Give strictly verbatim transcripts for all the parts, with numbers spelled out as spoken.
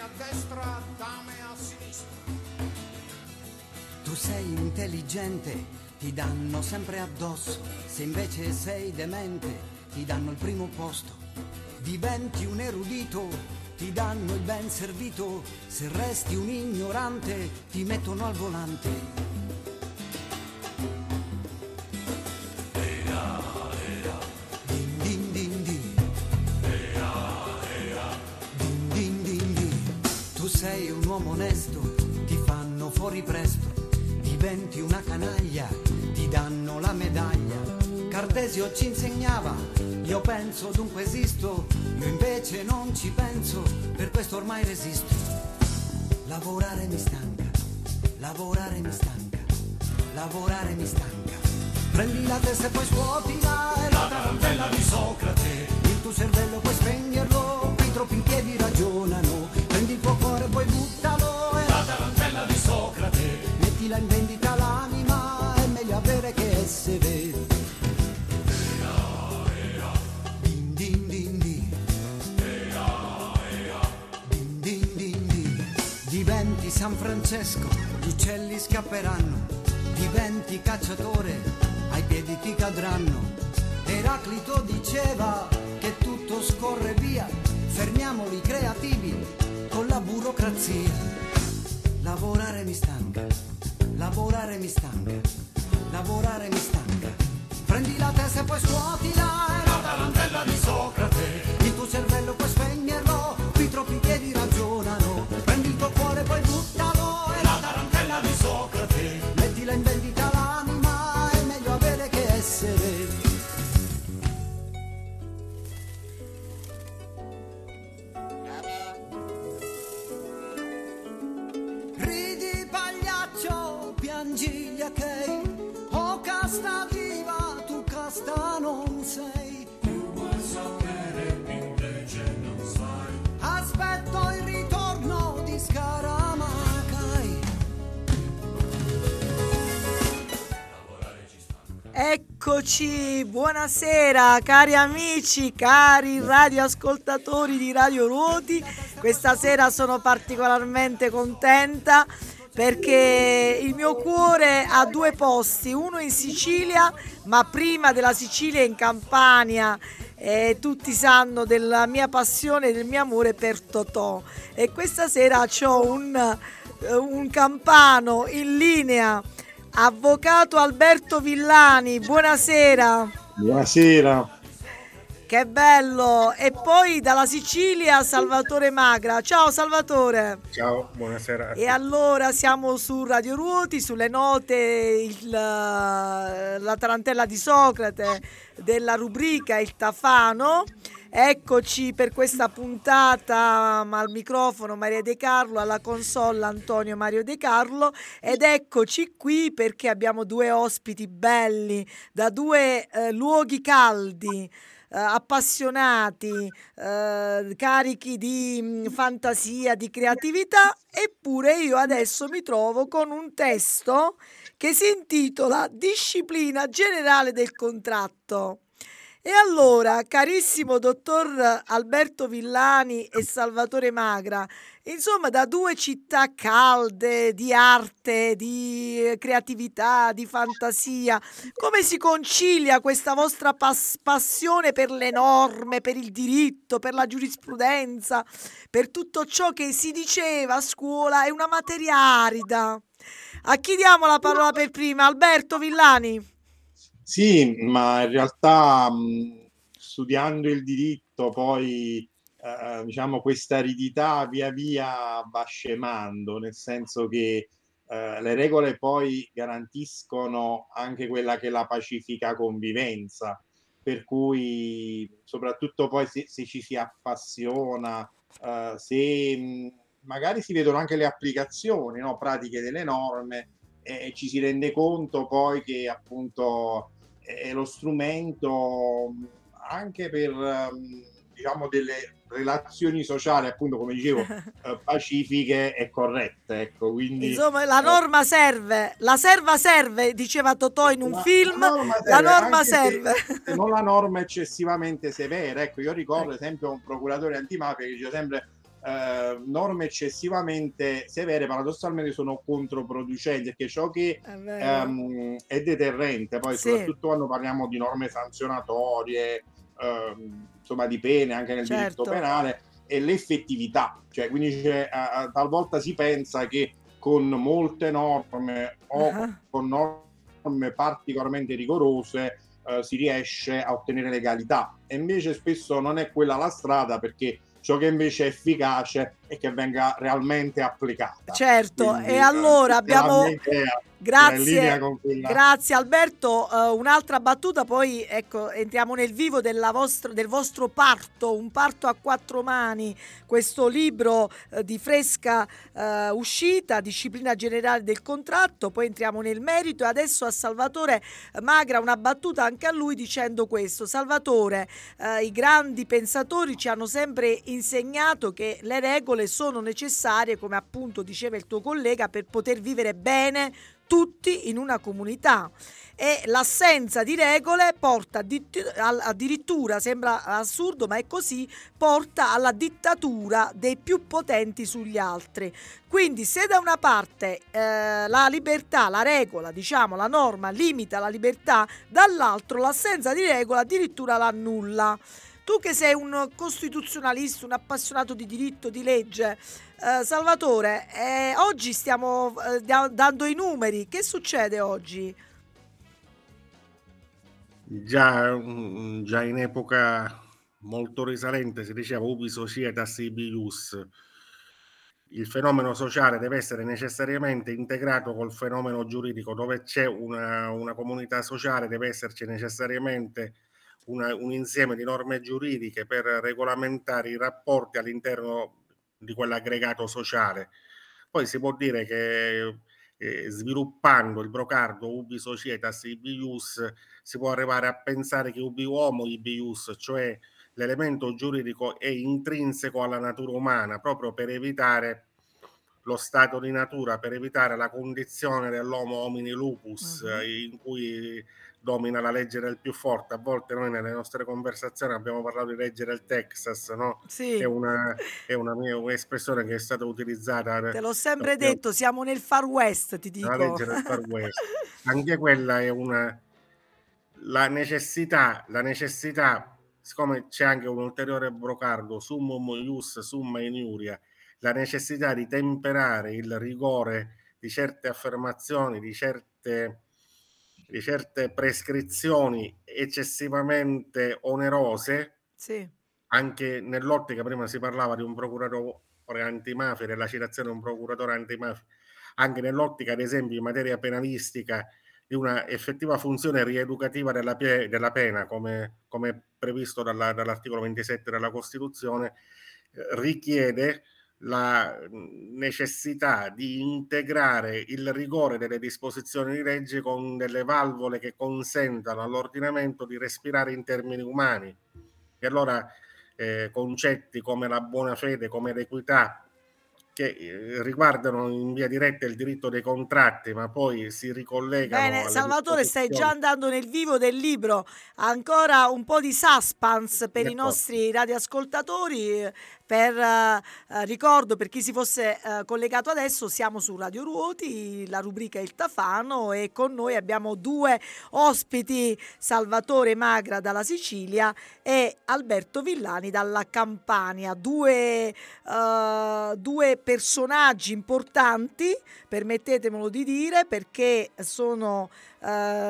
a destra, dammi a sinistra. Tu sei intelligente, ti danno sempre addosso. Se invece sei demente, ti danno il primo posto. Diventi un erudito, ti danno il ben servito. Se resti un ignorante, ti mettono al volante. Sei un uomo onesto, ti fanno fuori presto, diventi una canaglia, ti danno la medaglia. Cartesio ci insegnava, io penso dunque esisto, io invece non ci penso, per questo ormai resisto. Lavorare mi stanca, lavorare mi stanca, lavorare mi stanca. Prendi la testa e poi scuotila, è la tarantella di Socrate. Il tuo cervello puoi spegnerlo, qui troppi in piedi ragionano. Prendi il tuo cuore e poi buttalo, è la tarantella di Socrate. Mettila in vendita l'anima, è meglio avere che essere. Din din din din. Din din din din. Diventi San Francesco, gli uccelli scapperanno. Diventi cacciatore, ai piedi ti cadranno. Eraclito diceva che tutto scorre via, fermiamoli creativi con la burocrazia. Lavorare mi stanca, lavorare mi stanca, lavorare mi stanca. Prendi la testa e poi scuotila, è la tarantella di Socrate. Il tuo cervello puoi spegnerlo, qui troppi piedi ragionano. Prendi il tuo cuore e poi buttalo, è la tarantella di Socrate. Mettila in vendita l'anima, è meglio avere che essere. Ridi pagliaccio, piangi gli achei, o casta viva, tu casta non sei. Tu vuoi sapere, invece non sai. Aspetto il ritorno di Scaramacai. Lavorare ci stanca. Eccoci, buonasera cari amici, cari radioascoltatori di Radio Ruoti. Questa sera sono particolarmente contenta perché il mio cuore ha due posti, uno in Sicilia, ma prima della Sicilia in Campania. E tutti sanno della mia passione e del mio amore per Totò. E questa sera c'ho un, un campano in linea. Avvocato Alberto Villani, buonasera. Buonasera. Che bello. E poi dalla Sicilia Salvatore Magra. Ciao Salvatore. Ciao, buonasera. E allora siamo su Radio Ruoti, sulle note il, la tarantella di Socrate della rubrica Il Tafano. Eccoci per questa puntata, ma al microfono Maria De Carlo, alla console Antonio Mario De Carlo, ed eccoci qui perché abbiamo due ospiti belli da due eh, luoghi caldi, eh, appassionati, eh, carichi di mh, fantasia, di creatività, eppure io adesso mi trovo con un testo che si intitola Disciplina generale del contratto. E allora, carissimo dottor Alberto Villani e Salvatore Magra, insomma, da due città calde di arte, di creatività, di fantasia, come si concilia questa vostra pas- passione per le norme, per il diritto, per la giurisprudenza, per tutto ciò che si diceva a scuola è una materia arida? A chi diamo la parola per prima? Alberto Villani? Sì, ma in realtà mh, studiando il diritto poi eh, diciamo questa aridità via via va scemando, nel senso che eh, le regole poi garantiscono anche quella che è la pacifica convivenza, per cui soprattutto poi se, se ci si appassiona, eh, se mh, magari si vedono anche le applicazioni, no, pratiche delle norme, e ci si rende conto poi che appunto è lo strumento anche per diciamo delle relazioni sociali, appunto come dicevo, pacifiche e corrette, ecco. Quindi insomma la norma serve, la serva serve, diceva Totò in un la, film, la norma serve, la norma se, serve. Se non la norma eccessivamente severa, ecco. Io ricordo ad esempio un procuratore antimafia che diceva sempre: eh, norme eccessivamente severe paradossalmente sono controproducenti, perché ciò che È vero. ehm, è deterrente, poi Sì. soprattutto quando parliamo di norme sanzionatorie, ehm, insomma di pene anche nel Certo. diritto penale, è l'effettività, cioè quindi c'è, a- a- talvolta si pensa che con molte norme o Ah. con norme particolarmente rigorose eh, si riesce a ottenere legalità, e invece spesso non è quella la strada, perché ciò che invece è efficace è che venga realmente applicata. Certo, Quindi, e eh, allora questa è la abbiamo... mia idea, era in linea Grazie, con quella. grazie Alberto. Eh, un'altra battuta, poi ecco, entriamo nel vivo della vostra, del vostro parto, un parto a quattro mani, questo libro eh, di fresca eh, uscita, disciplina generale del contratto, poi entriamo nel merito, e adesso a Salvatore Magra una battuta anche a lui dicendo questo: Salvatore, eh, i grandi pensatori ci hanno sempre insegnato che le regole sono necessarie, come appunto diceva il tuo collega, per poter vivere bene tutti in una comunità, e l'assenza di regole porta addirittura, sembra assurdo ma è così, porta alla dittatura dei più potenti sugli altri. Quindi se da una parte eh, la libertà, la regola, diciamo la norma limita la libertà, dall'altro l'assenza di regola addirittura l'annulla. Tu che sei un costituzionalista, un appassionato di diritto, di legge, eh, Salvatore, eh, oggi stiamo eh, da- dando i numeri. Che succede oggi? Già, mm, già in epoca molto risalente si diceva ubi societas ibi ius. Il fenomeno sociale deve essere necessariamente integrato col fenomeno giuridico. Dove c'è una, una comunità sociale deve esserci necessariamente una, un insieme di norme giuridiche per regolamentare i rapporti all'interno di quell'aggregato sociale. Poi si può dire che eh, sviluppando il brocardo ubi societas ibi ius si può arrivare a pensare che ubi homo ibi ius, cioè l'elemento giuridico è intrinseco alla natura umana, proprio per evitare lo stato di natura, per evitare la condizione dell'homo homini lupus, uh-huh. in cui domina la legge del più forte. A volte noi nelle nostre conversazioni abbiamo parlato di legge del Texas, no? Sì. È una, è una mia un'espressione che è stata utilizzata. Te l'ho sempre no, detto, siamo nel Far West, ti dico. La legge del Far West. Anche quella è una... La necessità, la necessità, siccome c'è anche un ulteriore brocardo, summum ius summa iniuria, la necessità di temperare il rigore di certe affermazioni, di certe, di certe prescrizioni eccessivamente onerose, sì. Anche nell'ottica, prima si parlava di un procuratore antimafia, della citazione di un procuratore antimafia, anche nell'ottica, ad esempio, in materia penalistica, di una effettiva funzione rieducativa della, pie- della pena, come, come previsto dalla, dall'articolo ventisette della Costituzione, eh, richiede la necessità di integrare il rigore delle disposizioni di legge con delle valvole che consentano all'ordinamento di respirare in termini umani. E allora eh, concetti come la buona fede, come l'equità, che eh, riguardano in via diretta il diritto dei contratti, ma poi si ricollegano. Bene, alle Salvatore, stai già andando nel vivo del libro. Ancora un po' di suspense per i nostri radioascoltatori. Per uh, ricordo, per chi si fosse uh, collegato adesso, siamo su Radio Ruoti, la rubrica Il Tafano, e con noi abbiamo due ospiti: Salvatore Magra dalla Sicilia e Alberto Villani dalla Campania, due, uh, due personaggi importanti, permettetemelo di dire, perché sono uh,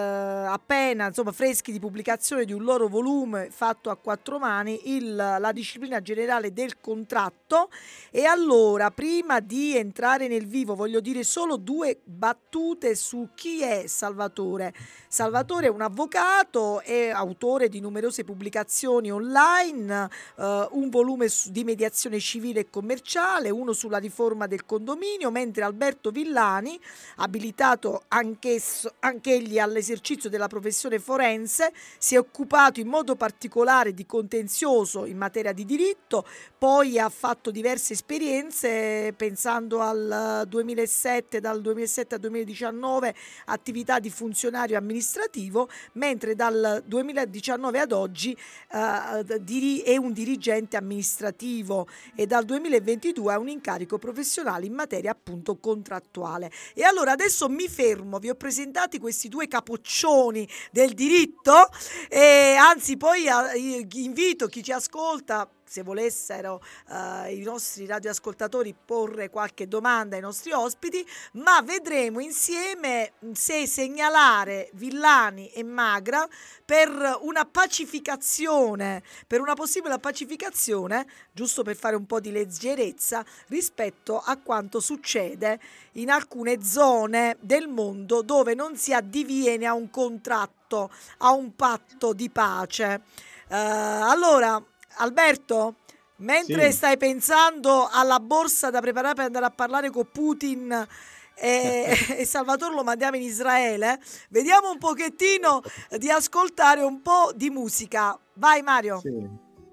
appena insomma freschi di pubblicazione di un loro volume fatto a quattro mani, il, la disciplina generale del contratto. E allora, prima di entrare nel vivo, voglio dire solo due battute su chi è Salvatore. Salvatore è un avvocato, è autore di numerose pubblicazioni online, eh, un volume di mediazione civile e commerciale, uno sulla riforma del condominio, mentre Alberto Villani, abilitato anch'esso, anch'egli all'esercizio della professione forense, si è occupato in modo particolare di contenzioso in materia di diritto, poi ha fatto diverse esperienze pensando al duemilasette, dal duemilasette al duemiladiciannove attività di funzionario amministrativo, mentre dal duemiladiciannove ad oggi eh, diri- è un dirigente amministrativo e dal duemilaventidue ha un incarico professionale in materia appunto contrattuale. E allora adesso mi fermo, vi ho presentati questi due capoccioni del diritto e anzi poi eh, invito chi ci ascolta, se volessero uh, i nostri radioascoltatori porre qualche domanda ai nostri ospiti, ma vedremo insieme se segnalare Villani e Magra per una pacificazione, per una possibile pacificazione, giusto per fare un po' di leggerezza rispetto a quanto succede in alcune zone del mondo dove non si addiviene a un contratto, a un patto di pace. Uh, allora, Alberto, mentre Sì. stai pensando alla borsa da preparare per andare a parlare con Putin e, e Salvatore lo mandiamo in Israele, vediamo un pochettino di ascoltare un po' di musica. Vai Mario. Sì.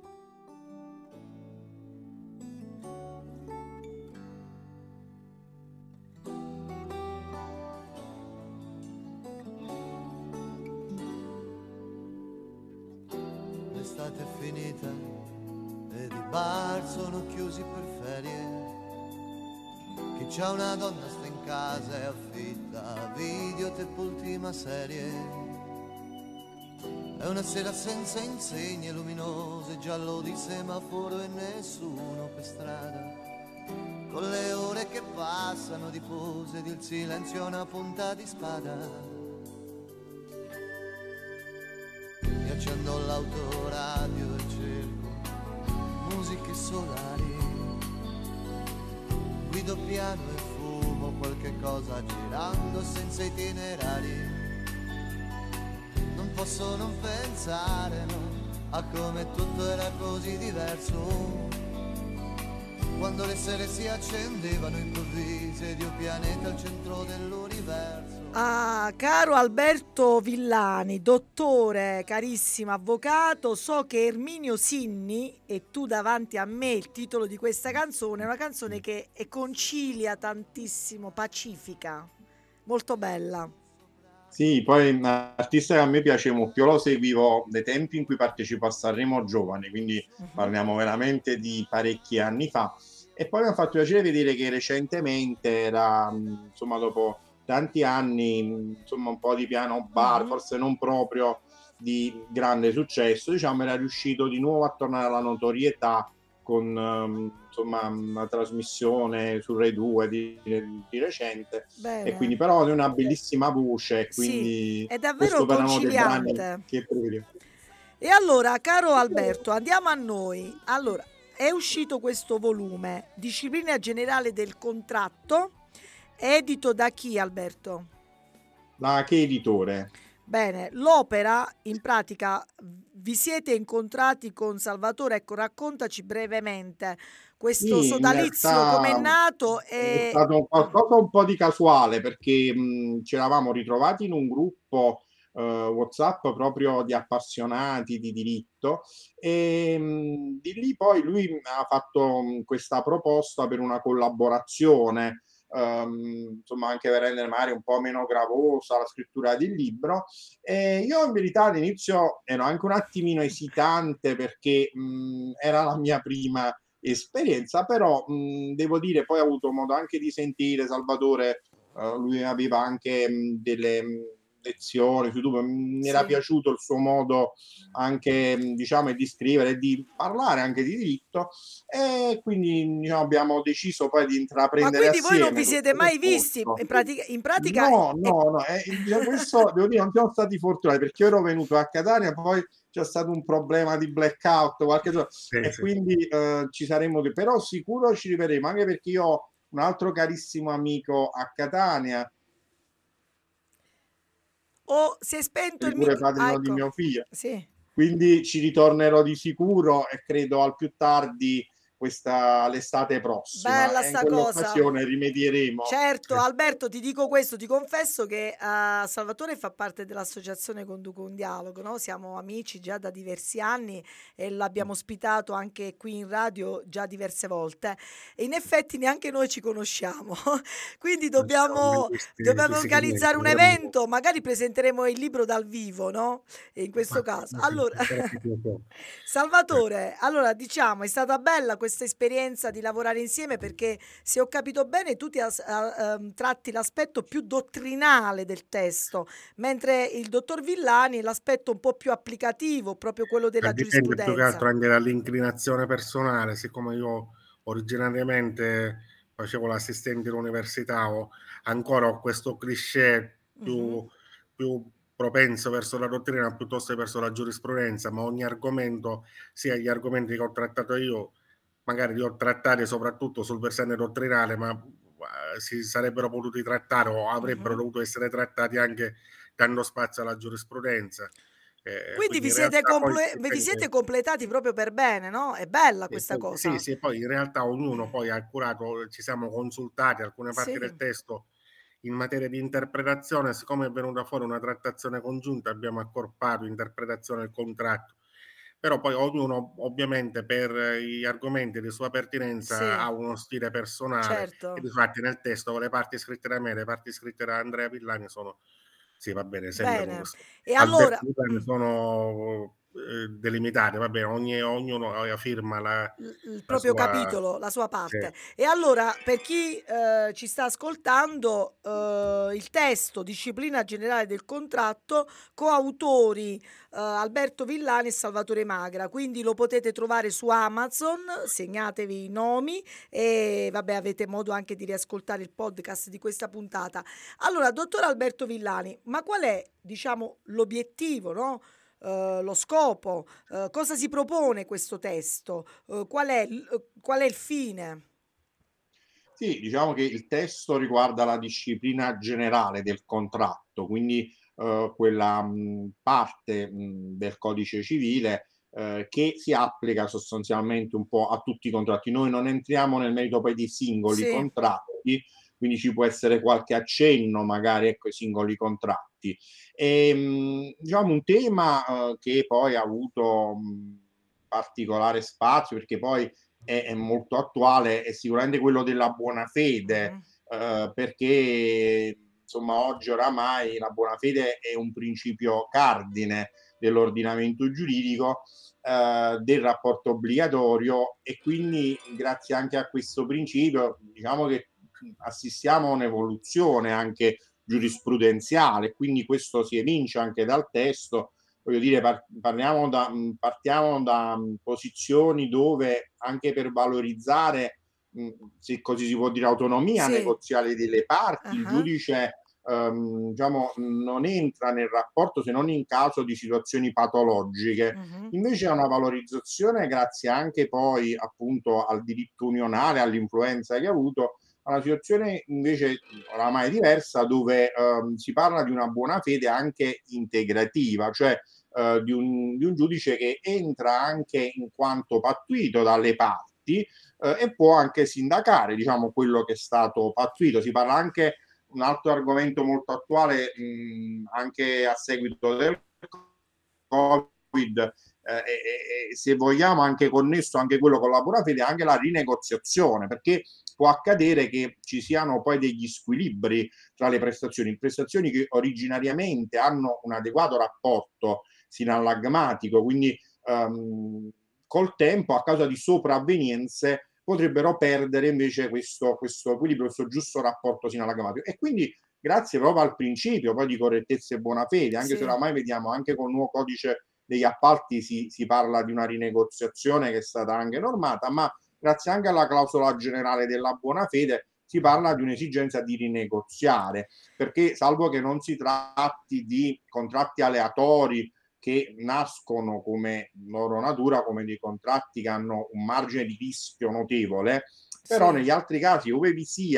L'estate è finita ed i bar sono chiusi per ferie. Chi c'ha una donna sta in casa e affitta videotape ultima serie. È una sera senza insegne luminose, giallo di semaforo e nessuno per strada. Con le ore che passano di pose ed il silenzio è una punta di spada. Mi accendo l'autoradio e cerco musiche solari. Guido piano e fumo qualche cosa girando senza itinerari. Non posso non pensare, no, a come tutto era così diverso. Quando le sere si accendevano improvvise di un pianeta al centro dell'universo. Ah, caro Alberto Villani, dottore, carissimo avvocato, so che Erminio Sinni, e tu davanti a me il titolo di questa canzone, è una canzone che è concilia tantissimo, pacifica, molto bella. Sì, poi un artista che a me piace molto, io lo seguivo dai tempi in cui partecipo a Sanremo Giovani, quindi uh-huh. parliamo veramente di parecchi anni fa, e poi mi ha fatto piacere vedere che recentemente era, insomma, dopo tanti anni, insomma, un po' di piano bar, uh-huh. forse non proprio di grande successo, diciamo, era riuscito di nuovo a tornare alla notorietà con um, insomma una trasmissione su Rai due di, di recente. Bene. E quindi però è una bellissima voce, quindi sì, è davvero conciliante. Che e allora, caro Alberto, andiamo a noi. Allora, è uscito questo volume, Disciplina generale del contratto, edito da chi, Alberto? Da che editore? Bene, l'opera in pratica vi siete incontrati con Salvatore, ecco, raccontaci brevemente questo sì, sodalizio come è nato. E... È stato qualcosa un po' di casuale perché mh, ci eravamo ritrovati in un gruppo uh, WhatsApp proprio di appassionati di diritto e mh, di lì poi lui ha fatto mh, questa proposta per una collaborazione. Um, insomma anche per rendere magari un po' meno gravosa la scrittura del libro e io in verità all'inizio ero anche un attimino esitante perché mh, era la mia prima esperienza, però mh, devo dire poi ho avuto modo anche di sentire Salvatore, uh, lui aveva anche mh, delle mh, lezioni su YouTube, mi sì. era piaciuto il suo modo anche mh, diciamo di scrivere e di parlare anche di diritto e quindi diciamo, abbiamo deciso poi di intraprendere ma quindi assieme. Voi non vi siete mai visti in pratica, in pratica no no no eh, questo devo dire non siamo stati fortunati perché io ero venuto a Catania poi c'è stato un problema di blackout qualche giorno sì, e sì. quindi eh, ci saremmo però sicuro ci rivedremo anche perché io ho un altro carissimo amico a Catania. Oh, si è spento il microfono padrino ecco. di mio figlio sì. Quindi ci ritornerò di sicuro e credo al più tardi questa l'estate prossima, Bella e in sta cosa. quell'occasione rimedieremo. Certo, Alberto, ti dico questo, ti confesso che uh, Salvatore fa parte dell'associazione Conduco un Dialogo, no? Siamo amici già da diversi anni e l'abbiamo ospitato anche qui in radio già diverse volte e in effetti neanche noi ci conosciamo, quindi dobbiamo, dobbiamo organizzare un evento, magari presenteremo il libro dal vivo, no? E in questo caso. Allora, Salvatore, allora diciamo, è stata bella questa esperienza di lavorare insieme perché se ho capito bene tu ti as- a- ehm, tratti l'aspetto più dottrinale del testo, mentre il dottor Villani l'aspetto un po' più applicativo, proprio quello della Dipende più che giurisprudenza. altro anche dall'inclinazione personale, siccome io originariamente facevo l'assistente all'università, ho ancora ho questo cliché più, Mhm. più propenso verso la dottrina piuttosto che verso la giurisprudenza, ma ogni argomento, sia gli argomenti che ho trattato io, magari li ho trattati soprattutto sul versante dottrinale, ma eh, si sarebbero potuti trattare o avrebbero Mhm. dovuto essere trattati anche dando spazio alla giurisprudenza. Eh, Quindi vi in siete, realtà poi comple- vi siete completati proprio per bene, no? È bella sì, questa poi, cosa. sì, sì, poi in realtà ognuno poi ha curato, ci siamo consultati alcune parti Sì. del testo in materia di interpretazione, siccome è venuta fuori una trattazione congiunta abbiamo accorpato interpretazione del contratto, però poi ognuno ovviamente per gli argomenti di sua pertinenza Sì, ha uno stile personale e certo. difatti nel testo le parti scritte da me, le parti scritte da Andrea Villani sono, sì va bene, sempre con Bene. questo E Alberto allora, Villani mm, sono eh, delimitate, va bene, ogni, ognuno firma la, il il la proprio sua... capitolo, la sua Sì. parte. E allora, per chi eh, ci sta ascoltando, eh, il testo, disciplina generale del contratto, coautori eh, Alberto Villani e Salvatore Magra, quindi lo potete trovare su Amazon, segnatevi i nomi e vabbè avete modo anche di riascoltare il podcast di questa puntata. Allora, dottor Alberto Villani, ma qual è, diciamo, l'obiettivo, no? Eh, lo scopo, eh, cosa si propone questo testo, eh, qual è, l- eh, qual è il fine? Sì, diciamo che il testo riguarda la disciplina generale del contratto, quindi eh, quella mh, parte mh, del codice civile eh, che si applica sostanzialmente un po' a tutti i contratti. Noi non entriamo nel merito poi dei singoli Sì. contratti, quindi ci può essere qualche accenno magari ecco ai singoli contratti. E, mh, diciamo un tema eh, che poi ha avuto mh, particolare spazio perché poi è, è molto attuale, è sicuramente quello della buona fede, Mhm. eh, perché insomma oggi oramai la buona fede è un principio cardine dell'ordinamento giuridico, eh, del rapporto obbligatorio e quindi grazie anche a questo principio diciamo che assistiamo a un'evoluzione anche giurisprudenziale, quindi questo si evince anche dal testo. Voglio dire, par- parliamo da, mh, partiamo da mh, posizioni dove anche per valorizzare, mh, se così si può dire, autonomia Sì. negoziale delle parti, il Ah. giudice ehm, diciamo, non entra nel rapporto se non in caso di situazioni patologiche. Mhm. Invece è una valorizzazione grazie anche poi appunto al diritto unionale, all'influenza che ha avuto, una situazione invece oramai diversa dove ehm, si parla di una buona fede anche integrativa, cioè eh, di, un, di un giudice che entra anche in quanto pattuito dalle parti eh, e può anche sindacare, diciamo, quello che è stato pattuito. Si parla anche un altro argomento molto attuale mh, anche a seguito del Covid, eh, e, e, se vogliamo anche connesso anche quello con la buona fede, anche la rinegoziazione, perché può accadere che ci siano poi degli squilibri tra le prestazioni, prestazioni che originariamente hanno un adeguato rapporto sinallagmatico, quindi um, col tempo a causa di sopravvenienze potrebbero perdere invece questo, questo equilibrio, questo giusto rapporto sinallagmatico. E quindi grazie proprio al principio poi di correttezza e buona fede, anche Sì. se oramai vediamo anche col nuovo codice degli appalti si, si parla di una rinegoziazione che è stata anche normata, ma grazie anche alla clausola generale della buona fede si parla di un'esigenza di rinegoziare, perché salvo che non si tratti di contratti aleatori che nascono come loro natura come dei contratti che hanno un margine di rischio notevole, però Sì. negli altri casi ove vi sia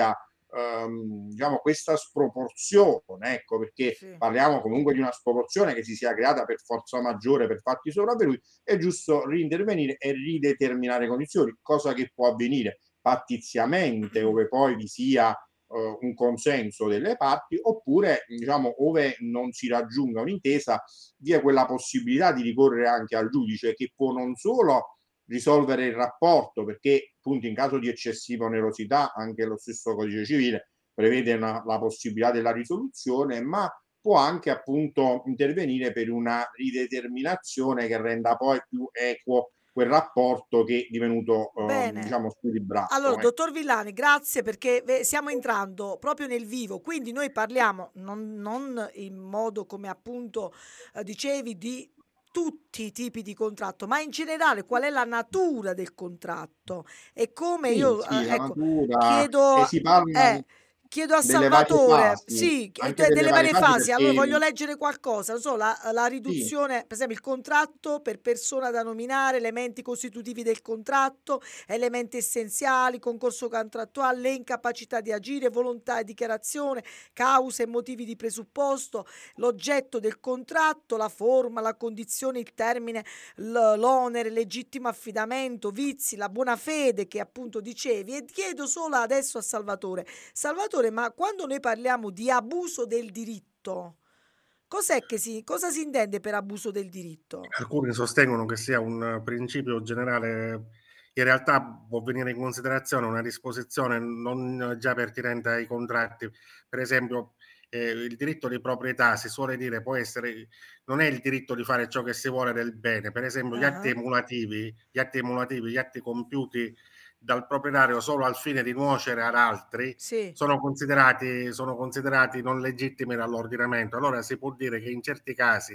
ehm, diciamo, questa sproporzione, ecco, perché Sì. parliamo comunque di una sproporzione che si sia creata per forza maggiore, per fatti sopravvenuti, è giusto rintervenire e rideterminare condizioni, cosa che può avvenire pattiziamente, ove poi vi sia uh, un consenso delle parti, oppure, diciamo, ove non si raggiunga un'intesa, vi è quella possibilità di ricorrere anche al giudice, che può non solo risolvere il rapporto, perché appunto in caso di eccessiva onerosità anche lo stesso codice civile prevede una, la possibilità della risoluzione, ma può anche appunto intervenire per una rideterminazione che renda poi più equo quel rapporto che è divenuto eh, Bene. diciamo squilibrato. Allora, eh. dottor Villani, grazie perché ve- stiamo entrando proprio nel vivo, quindi noi parliamo non, non in modo come appunto eh, dicevi di tutti i tipi di contratto, ma in generale qual è la natura del contratto e come Sì, io, sì, eh, la ecco, natura, chiedo, e si parla eh, chiedo a delle varie Salvatore, fasi, sì, che- anche de- delle delle varie varie fasi fasi, allora voglio perché leggere qualcosa, non so, la, la sì, riduzione, per esempio il contratto per persona da nominare, elementi costitutivi del contratto, elementi essenziali, concorso contrattuale, le incapacità di agire, volontà e dichiarazione, cause e motivi di presupposto, l'oggetto del contratto, la forma, la condizione, il termine, l- l'onere, legittimo affidamento, vizi, la buona fede che appunto dicevi. E chiedo solo adesso a Salvatore, Salvatore, ma quando noi parliamo di abuso del diritto, cos'è che si, cosa si intende per abuso del diritto? Alcuni sostengono che sia un principio generale, in realtà può venire in considerazione una disposizione non già pertinente ai contratti. Per esempio, eh, il diritto di proprietà, si suole dire, può essere, non è il diritto di fare ciò che si vuole del bene. Per esempio, gli atti Ah, emulativi, gli atti emulativi, gli atti compiuti dal proprietario solo al fine di nuocere ad altri, sì, sono considerati, sono considerati non legittimi dall'ordinamento. Allora si può dire che in certi casi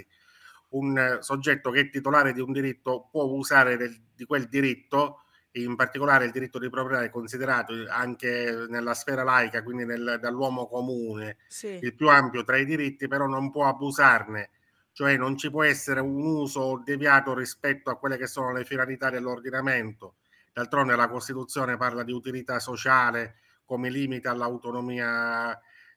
un eh, soggetto che è titolare di un diritto può usare del, di quel diritto, in particolare il diritto di proprietà è considerato anche nella sfera laica, quindi nel, dall'uomo comune, sì, il più ampio tra i diritti, però non può abusarne, cioè non ci può essere un uso deviato rispetto a quelle che sono le finalità dell'ordinamento. D'altronde la Costituzione parla di utilità sociale come limite all'autonomia,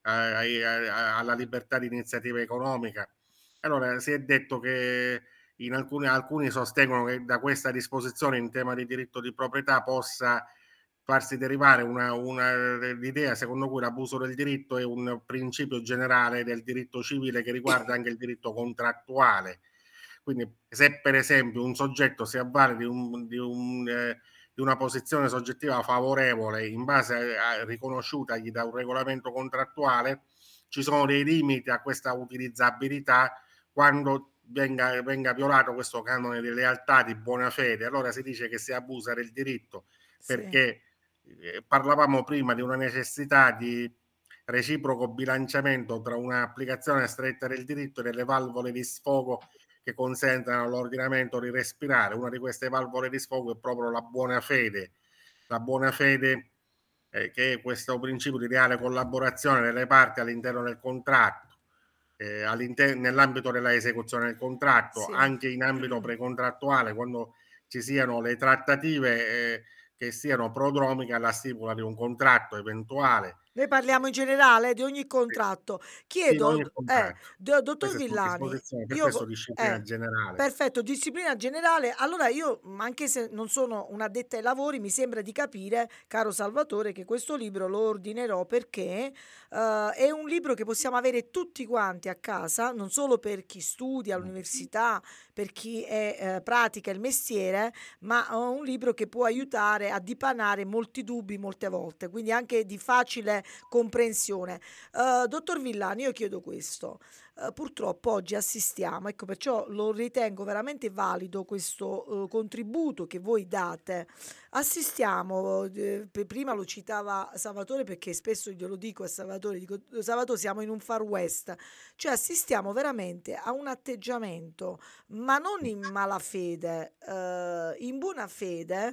eh, alla libertà di iniziativa economica. Allora, si è detto che in alcuni, alcuni sostengono che da questa disposizione in tema di diritto di proprietà possa farsi derivare una, una, l'idea secondo cui l'abuso del diritto è un principio generale del diritto civile che riguarda anche il diritto contrattuale. Quindi se per esempio un soggetto si avvale di, un, di, un, eh, di una posizione soggettiva favorevole in base a, a riconosciutagli da un regolamento contrattuale, ci sono dei limiti a questa utilizzabilità quando venga, venga violato questo canone di lealtà, di buona fede. Allora si dice che si abusa del diritto, sì, perché eh, parlavamo prima di una necessità di reciproco bilanciamento tra un'applicazione stretta del diritto e delle valvole di sfogo che consentono all'ordinamento di respirare. Una di queste valvole di sfogo è proprio la buona fede. La buona fede, eh, che è questo principio di reale collaborazione delle parti all'interno del contratto, eh, nell'ambito della esecuzione del contratto, sì. anche in ambito precontrattuale, quando ci siano le trattative, eh, che siano prodromiche alla stipula di un contratto eventuale. Noi parliamo in generale di ogni contratto. Sì, in ogni Chiedo, eh, contratto. do- dottor Queste sono Villani, disposizioni, per io, questo vo- disciplina eh, generale. perfetto, disciplina generale. Allora io, mh, anche se non sono un'addetta ai lavori, mi sembra di capire, caro Salvatore, che questo libro lo ordinerò perché eh, è un libro che possiamo avere tutti quanti a casa, non solo per chi studia all'università, per chi è, eh, pratica il mestiere, ma eh, un libro che può aiutare a dipanare molti dubbi molte volte, quindi anche di facile comprensione. Uh, dottor Villani, io chiedo questo. Uh, purtroppo oggi assistiamo, ecco perciò lo ritengo veramente valido questo uh, contributo che voi date. Assistiamo, eh, p- prima lo citava Salvatore perché spesso glielo dico a Salvatore, dico Salvatore siamo in un far west, cioè assistiamo veramente a un atteggiamento, ma non in malafede, eh, in buona fede,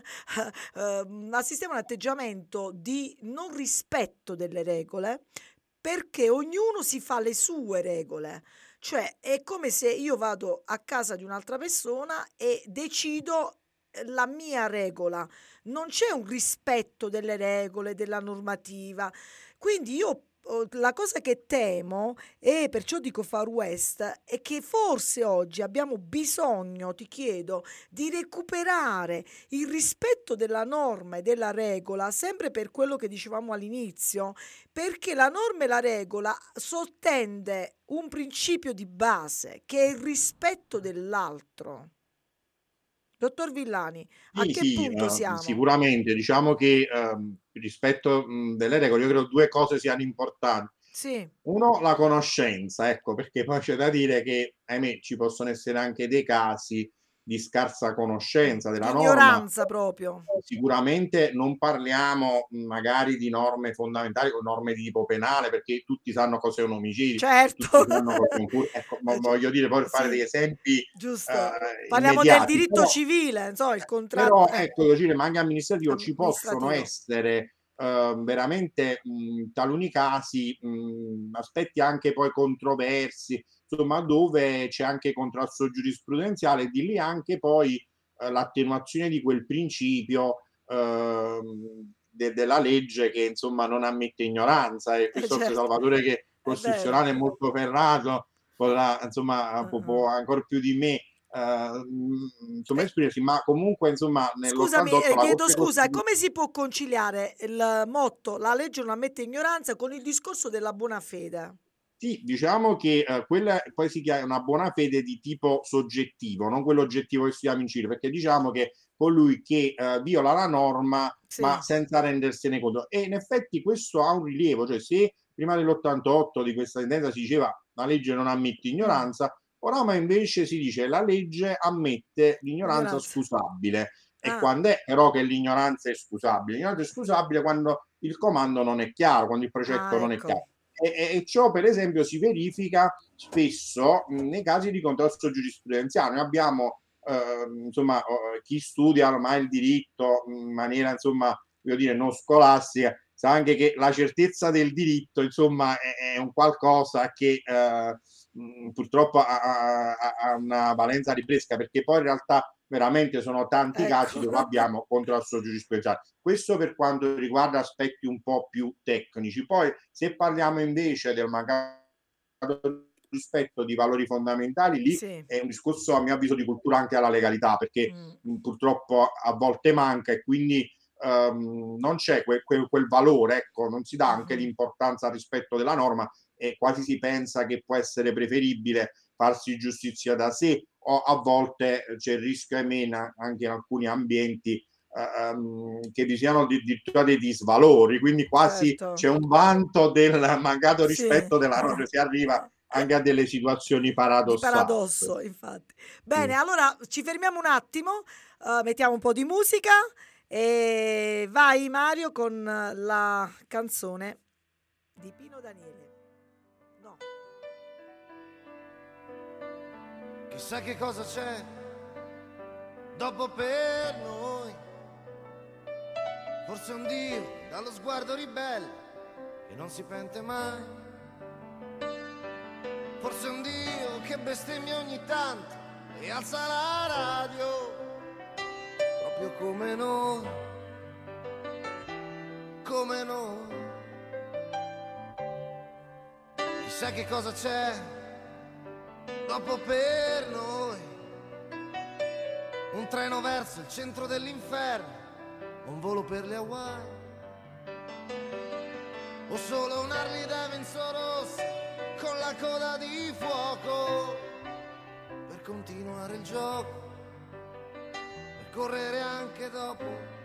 eh, assistiamo a un atteggiamento di non rispetto delle regole perché ognuno si fa le sue regole. Cioè è come se io vado a casa di un'altra persona e decido la mia regola, non c'è un rispetto delle regole, della normativa. Quindi io oh, la cosa che temo, e perciò dico Far West, è che forse oggi abbiamo bisogno, ti chiedo, di recuperare il rispetto della norma e della regola, sempre per quello che dicevamo all'inizio, perché la norma e la regola sottende un principio di base, che è il rispetto dell'altro. Dottor Villani, a Sì, che sì, punto eh, siamo? sicuramente. Diciamo che ehm, rispetto mh, delle regole, io credo due cose siano importanti. Sì, Uno, la conoscenza, ecco, perché poi c'è da dire che, ahimè, ci possono essere anche dei casi di scarsa conoscenza di della norma. ignoranza proprio. Sicuramente non parliamo mh, magari di norme fondamentali o norme di tipo penale, perché tutti sanno cos'è un omicidio, Certo. tutti sanno cos'è un furto. Ecco, mo- Eh, gi- voglio dire, poi per fare sì, degli esempi giusto. eh, Parliamo del immediati, diritto però civile, insomma, il contratto però eh, ecco, voglio dire, ma anche amministrativo ci possono amministrativo. essere eh, veramente mh, in taluni casi mh, aspetti anche poi controversi, insomma, dove c'è anche contrasto giurisprudenziale e di lì anche poi eh, l'attenuazione di quel principio ehm, de- della legge che insomma non ammette ignoranza, e Eh, questo certo, Salvatore che è vero. costituzionale è molto ferrato potrà insomma Uh, può, uh. può ancora più di me eh, insomma Eh, esprimersi, ma comunque insomma Scusami, nell'ottantotto eh, la chiedo Corte scusa, Costituzionale. come si può conciliare il motto la legge non ammette ignoranza con il discorso della buona fede? Sì, diciamo che eh, quella poi si chiama una buona fede di tipo soggettivo, non quello oggettivo che studiamo in Cile, perché diciamo che colui che eh, viola la norma ma Sì. senza rendersene conto. E in effetti questo ha un rilievo, cioè se prima dell'ottantotto di questa sentenza si diceva la legge non ammette Mm, ignoranza, oramai invece si dice la legge ammette l'ignoranza ignoranza. scusabile. E Ah, quando è però che l'ignoranza è scusabile? L'ignoranza è scusabile quando il comando non è chiaro, quando il precetto ah, non è ecco. chiaro. E, e ciò per esempio si verifica spesso mh, nei casi di contrasto giurisprudenziale. Noi abbiamo eh, insomma eh, chi studia ormai il diritto in maniera insomma voglio dire non scolastica sa anche che la certezza del diritto insomma è, è un qualcosa che eh, mh, purtroppo ha, ha, ha una valenza ribresca, perché poi in realtà veramente sono tanti casi Ecco. dove abbiamo contrasto giurisprudenziale. Questo per quanto riguarda aspetti un po' più tecnici. Poi se parliamo invece del mancato rispetto di valori fondamentali, lì Sì. è un discorso a mio avviso di cultura anche alla legalità, perché Mm. mh, purtroppo a volte manca e quindi um, non c'è que- que- quel valore, ecco, non si dà anche Mhm. l'importanza al rispetto della norma e quasi si pensa che può essere preferibile farsi giustizia da sé, o a volte c'è il rischio, ahimè, anche in alcuni ambienti Um, che vi siano addirittura dei disvalori, quindi quasi Certo. c'è un vanto del mancato Sì. rispetto della norma, si arriva anche a delle situazioni Di paradossali. paradosso, infatti. Bene, Sì. allora ci fermiamo un attimo, eh, mettiamo un po' di musica e vai Mario con la canzone di Pino Daniele. No. Chissà che cosa c'è dopo per noi. Forse un Dio dallo sguardo ribelle che non si pente mai. Forse un Dio che bestemmia ogni tanto e alza la radio, proprio come noi, come noi. Chissà che cosa c'è dopo per noi. Un treno verso il centro dell'inferno, un volo per le Hawaii, o solo un Harley Davidson rossa con la coda di fuoco per continuare il gioco, per correre anche dopo.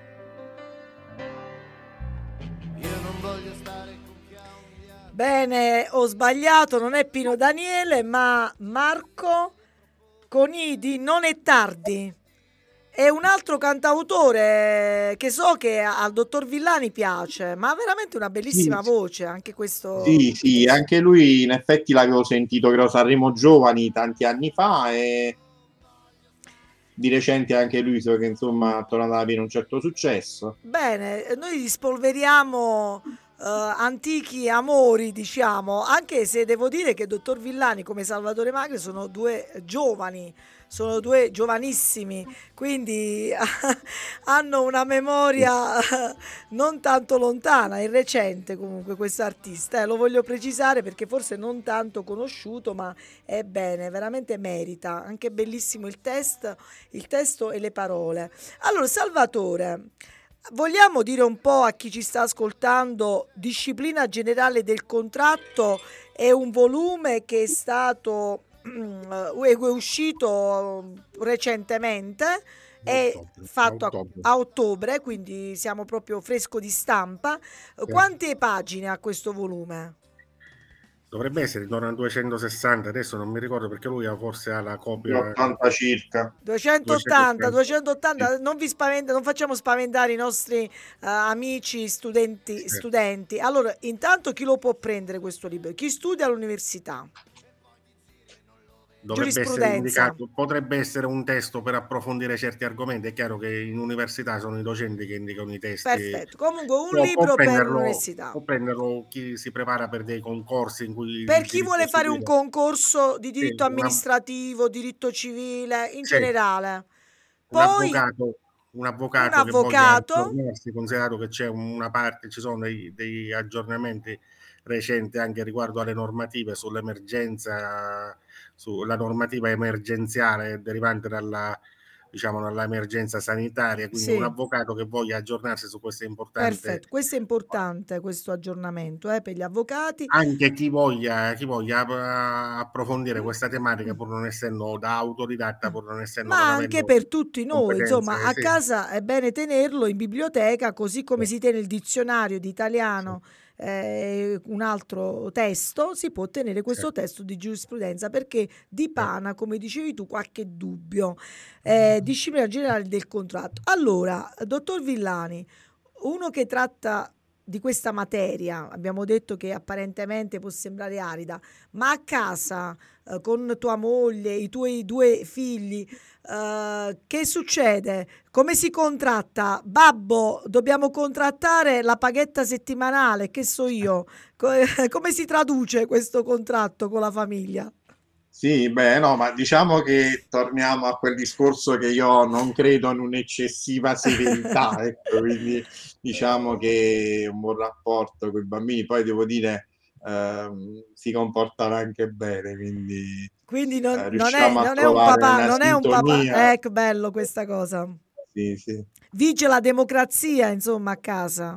Io non voglio stare con chi ha un viaggio. Bene, ho sbagliato, non è Pino Daniele, ma Marco Conidi, Non è tardi. È un altro cantautore che so che al dottor Villani piace, ma ha veramente una bellissima Sì, voce, anche questo. sì, sì, anche lui in effetti l'avevo sentito, credo Sanremo Giovani tanti anni fa, e di recente anche lui so che insomma è tornato ad avere un certo successo. Bene, noi rispolveriamo antichi amori, diciamo, anche se devo dire che dottor Villani come Salvatore Magri sono due giovani, sono due giovanissimi, quindi hanno una memoria non tanto lontana, è recente comunque questo artista, eh, lo voglio precisare perché forse non tanto conosciuto, ma è bene, veramente merita, anche bellissimo il test, il testo e le parole. Allora, Salvatore, vogliamo dire un po' a chi ci sta ascoltando, Disciplina generale del contratto è un volume che è stato è uscito recentemente, è Ottobre, fatto a, ottobre. a ottobre, quindi siamo proprio fresco di stampa. Sì. Quante pagine ha questo volume? Dovrebbe essere intorno a duecentosessanta, adesso non mi ricordo perché lui ha forse ha la copia ottanta circa. duecentottanta, duecentottanta, Sì. non vi spaventa, non facciamo spaventare i nostri uh, amici studenti, Sì. studenti. Allora, intanto chi lo può prendere questo libro? Chi studia all'università? Dovrebbe essere Giurisprudenza. indicato, potrebbe essere un testo per approfondire certi argomenti. È chiaro che in università sono i docenti che indicano i testi. Perfetto, comunque un Può- libro può per prenderlo- l'università. Può prenderlo chi si prepara per dei concorsi in cui Per il chi diritto vuole fare un civile- concorso di diritto Sì, una- amministrativo, diritto civile, in Sì. generale. un Poi avvocato, un avvocato, un che voglia avvocato. aggiornarsi, considerato che c'è una parte, ci sono dei, dei aggiornamenti recenti anche riguardo alle normative sull'emergenza, sulla normativa emergenziale derivante dalla, diciamo, dall'emergenza sanitaria, quindi Sì. un avvocato che voglia aggiornarsi su queste importanti. Perfetto, questo è importante, questo aggiornamento eh, per gli avvocati. Anche chi voglia, chi voglia uh, approfondire questa tematica, pur non essendo da autodidatta, pur non essendo Ma non anche avendo per tutti noi, competenze, insomma, a sì. casa è bene tenerlo in biblioteca, così come Sì. si tiene il dizionario di italiano, eh, un altro testo, si può tenere questo Sì. testo di giurisprudenza, perché dipana, come dicevi tu, qualche dubbio. Eh, disciplina generale del contratto. Allora, dottor Villani, uno che tratta di questa materia, abbiamo detto che apparentemente può sembrare arida, ma a casa eh, con tua moglie, i tuoi due figli, eh, che succede? Come si contratta? Babbo, dobbiamo contrattare la paghetta settimanale, che so io. Co- come si traduce questo contratto con la famiglia? Sì, beh, no, ma diciamo che torniamo a quel discorso che io non credo in un'eccessiva severità, ecco, quindi diciamo che un buon rapporto con i bambini, poi devo dire, ehm, si comportano anche bene, quindi Quindi non, eh, non è, riusciamo a non è un trovare papà, una non è un papà, sintonia. ecco, bello questa cosa. Sì, sì. Vige la democrazia, insomma, a casa.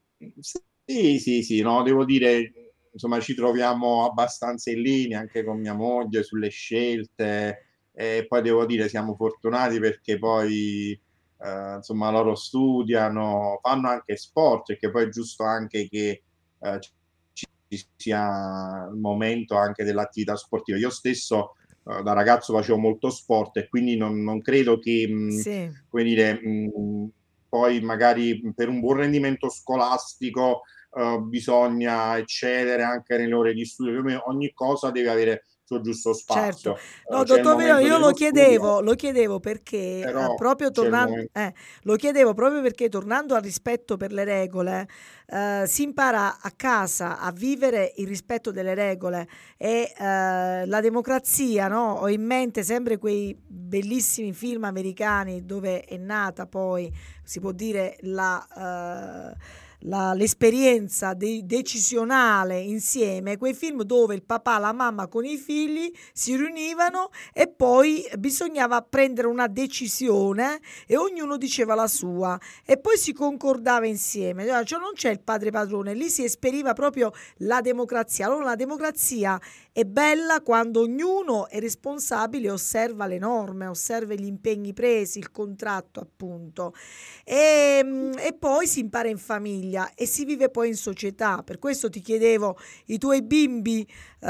Sì, sì, sì, no, devo dire, insomma, ci troviamo abbastanza in linea anche con mia moglie sulle scelte e poi devo dire siamo fortunati perché poi, eh, insomma, loro studiano, fanno anche sport, perché poi è giusto anche che eh, ci ci sia il momento anche dell'attività sportiva. Io stesso eh, da ragazzo facevo molto sport e quindi non, non credo che, mh, Sì. come dire, mh, poi magari per un buon rendimento scolastico uh, bisogna eccedere anche nelle ore di studio. Per me ogni cosa deve avere il suo giusto spazio. Certo, no, Uh, c'è il dottor Villani, momento io lo dello chiedevo, studio, lo chiedevo perché eh, però proprio c'è il tornando, momento. eh, lo chiedevo proprio perché tornando al rispetto per le regole, eh, si impara a casa a vivere il rispetto delle regole e eh, la democrazia, no? Ho in mente sempre quei bellissimi film americani dove è nata poi, si può dire, la... eh, la- l'esperienza de- decisionale insieme, quei film dove il papà, la mamma con i figli si riunivano e poi bisognava prendere una decisione e ognuno diceva la sua e poi si concordava insieme, cioè non c'è il padre padrone, lì si esperiva proprio la democrazia. Allora la democrazia è bella quando ognuno è responsabile e osserva le norme, osserva gli impegni presi, il contratto appunto. E, e poi si impara in famiglia e si vive poi in società. Per questo ti chiedevo, i tuoi bimbi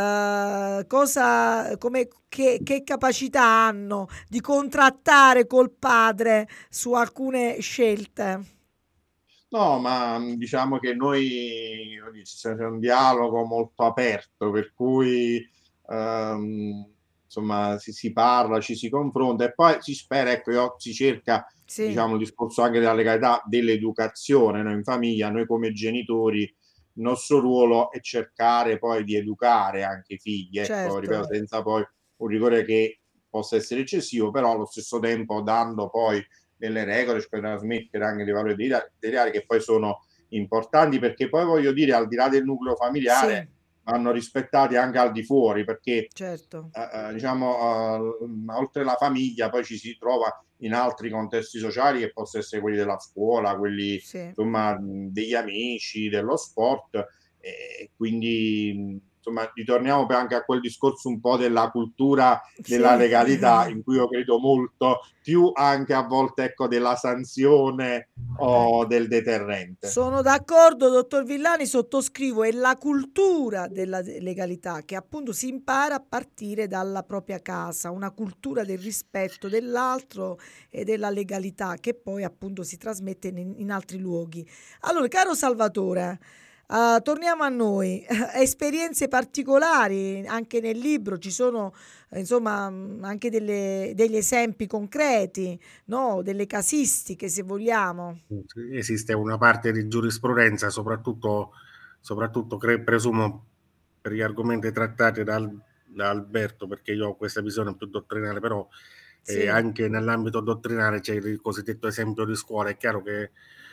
eh, cosa, come, che, che capacità hanno di contrattare col padre su alcune scelte? No, ma mh, diciamo che noi c'è un dialogo molto aperto, per cui ehm, insomma si, si parla, ci si confronta e poi si spera, ecco, io- si cerca, Sì, diciamo, il discorso anche della legalità dell'educazione, no? In famiglia, noi come genitori il nostro ruolo è cercare poi di educare anche i figli, ecco, Certo. ripeto, senza poi un rigore che possa essere eccessivo, però allo stesso tempo dando poi delle regole per trasmettere anche dei valori dei ideali che poi sono importanti, perché poi voglio dire, al di là del nucleo familiare, Sì, vanno rispettati anche al di fuori, perché certo. eh, eh, diciamo eh, oltre la famiglia poi ci si trova in altri contesti sociali che possono essere quelli della scuola, quelli Sì. insomma mh, degli amici, dello sport, e quindi mh, insomma ritorniamo poi anche a quel discorso un po' della cultura della Sì. legalità, in cui io credo molto, più anche a volte ecco della sanzione o Ecco. del deterrente. Sono d'accordo, dottor Villani, sottoscrivo, è la cultura della de- legalità che appunto si impara a partire dalla propria casa, una cultura del rispetto dell'altro e della legalità che poi appunto si trasmette in, in altri luoghi. Allora, caro Salvatore, eh, torniamo a noi. Esperienze particolari, anche nel libro ci sono eh, insomma mh, anche delle- degli esempi concreti, no? Delle casistiche se vogliamo. Esiste una parte di giurisprudenza, soprattutto, soprattutto cre- presumo per gli argomenti trattati dal, da Alberto, perché io ho questa visione più dottrinale, però eh, Sì. anche nell'ambito dottrinale c'è il cosiddetto esempio di scuola. È chiaro che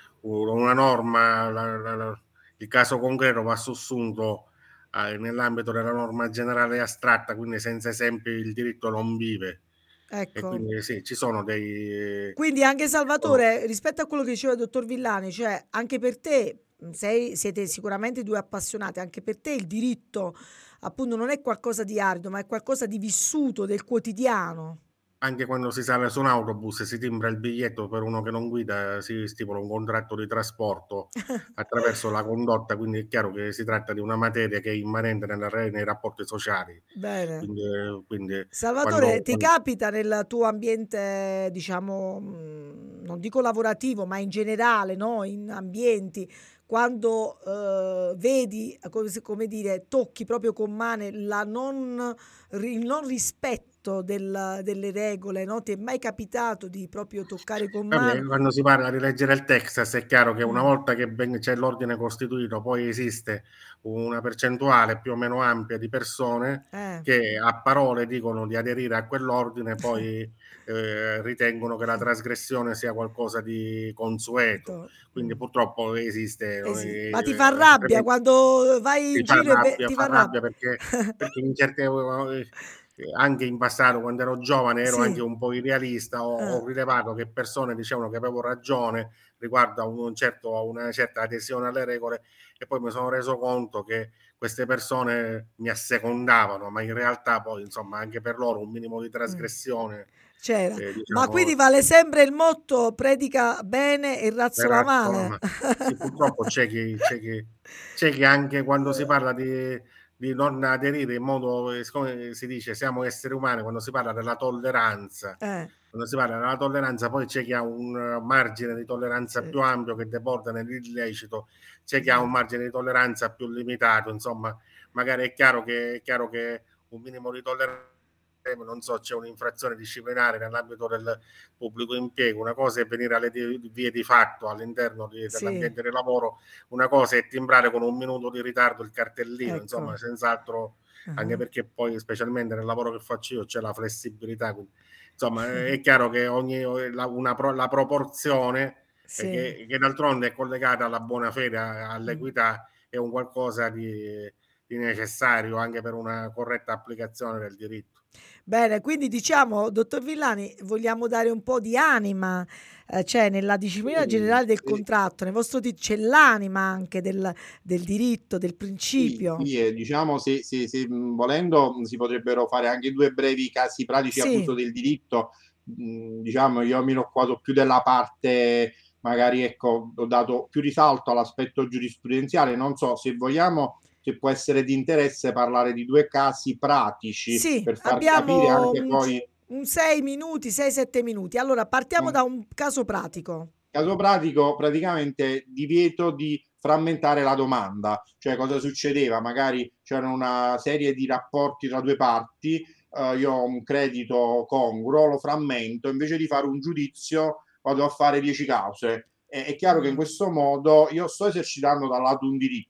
una norma, la, la, la, il caso concreto va sussunto eh, nell'ambito della norma generale astratta, quindi senza esempi il diritto non vive. E Ecco. quindi sì, ci sono dei... Quindi anche sono- Salvatore, rispetto a quello che diceva il dottor Villani, cioè anche per te, mh, sei, siete sicuramente due appassionati, anche per te il diritto appunto non è qualcosa di arido, ma è qualcosa di vissuto, del quotidiano. Anche quando si sale su un autobus e si timbra il biglietto per uno che non guida, si stipula un contratto di trasporto attraverso la condotta, quindi è chiaro che si tratta di una materia che è immanente nella, nei rapporti sociali. Bene. Quindi, quindi Salvatore, quando, ti quando, capita nel tuo ambiente, diciamo, mh, non dico lavorativo, ma in generale, no? In ambienti, quando eh, vedi, come, se- come dire, tocchi proprio con mano la non, ri- il non rispetto del- delle regole, no? Ti è mai capitato di proprio toccare con vabbè, mano? quando si parla di leggere il Texas è chiaro che una Mm, volta che ben- c'è l'ordine costituito, poi esiste una percentuale più o meno ampia di persone eh, che a parole dicono di aderire a quell'ordine, poi eh, ritengono che la trasgressione sia qualcosa di consueto. to- Quindi mm. purtroppo esiste, Eh sì. eh, Ma ti fa eh, rabbia altrimenti quando vai ti in fa giro e ve- rabbia, ti fa fa rabbia rabbia? perché, perché in certe, eh, anche in passato, quando ero giovane, ero anche Sì. un po' idealista, ho, Ah. ho rilevato che persone dicevano che avevo ragione riguardo a, un certo, a una certa adesione alle regole, e poi mi sono reso conto che queste persone mi assecondavano, ma in realtà poi, insomma, anche per loro un minimo di Mh. trasgressione, C'era. eh, Ma quindi diciamo, vale sempre il motto: predica bene e razzola verrà male? trama. Sì, purtroppo c'è chi, c'è chi, c'è chi anche quando si parla di, di non aderire in modo, eh, come si dice, siamo esseri umani, quando si parla della tolleranza, Eh, quando si parla della tolleranza, poi c'è chi ha un eh, margine di tolleranza sì, più ampio che deborda nell'illecito, c'è chi ha un esa margine di tolleranza più limitato, insomma, magari è chiaro che, è chiaro che un minimo di tolleranza, non so, c'è un'infrazione disciplinare nell'ambito del pubblico impiego, una cosa è venire alle di- vie di fatto all'interno di- sì, dell'ambiente di lavoro, una cosa è timbrare con un minuto di ritardo il cartellino, insomma, ecco. senz'altro, anche Ah-ah. perché poi specialmente nel lavoro che faccio io c'è la flessibilità, quindi, insomma, è chiaro che ogni, la, una, la proporzione eh, Sì. che, che d'altronde è collegata alla buona fede, Mh. all'equità, è un qualcosa di, di necessario anche per una corretta applicazione del diritto. Bene, quindi diciamo, dottor Villani, vogliamo dare un po' di anima, eh, cioè nella disciplina Sì, generale del sì, contratto, nel vostro di- c'è l'anima anche del, del diritto, del sì, principio. sì, e diciamo se, se- se, mh, volendo mh, si potrebbero fare anche due brevi casi pratici Sì, appunto del diritto. Mh, diciamo io mi ero occupato più della parte, magari ecco, ho dato più risalto all'aspetto giurisprudenziale, non so se vogliamo, se può essere di interesse parlare di due casi pratici sì, per far capire abbiamo anche un, poi. un sei minuti, sei sette minuti. Allora, partiamo Mm. da un caso pratico. Caso pratico, praticamente divieto di frammentare la domanda, cioè cosa succedeva? Magari c'era una serie di rapporti tra due parti, eh, io ho un credito congruo, lo frammento, invece di fare un giudizio vado a fare dieci cause. È, è chiaro che in Mm, questo modo io sto esercitando da un lato un diritto,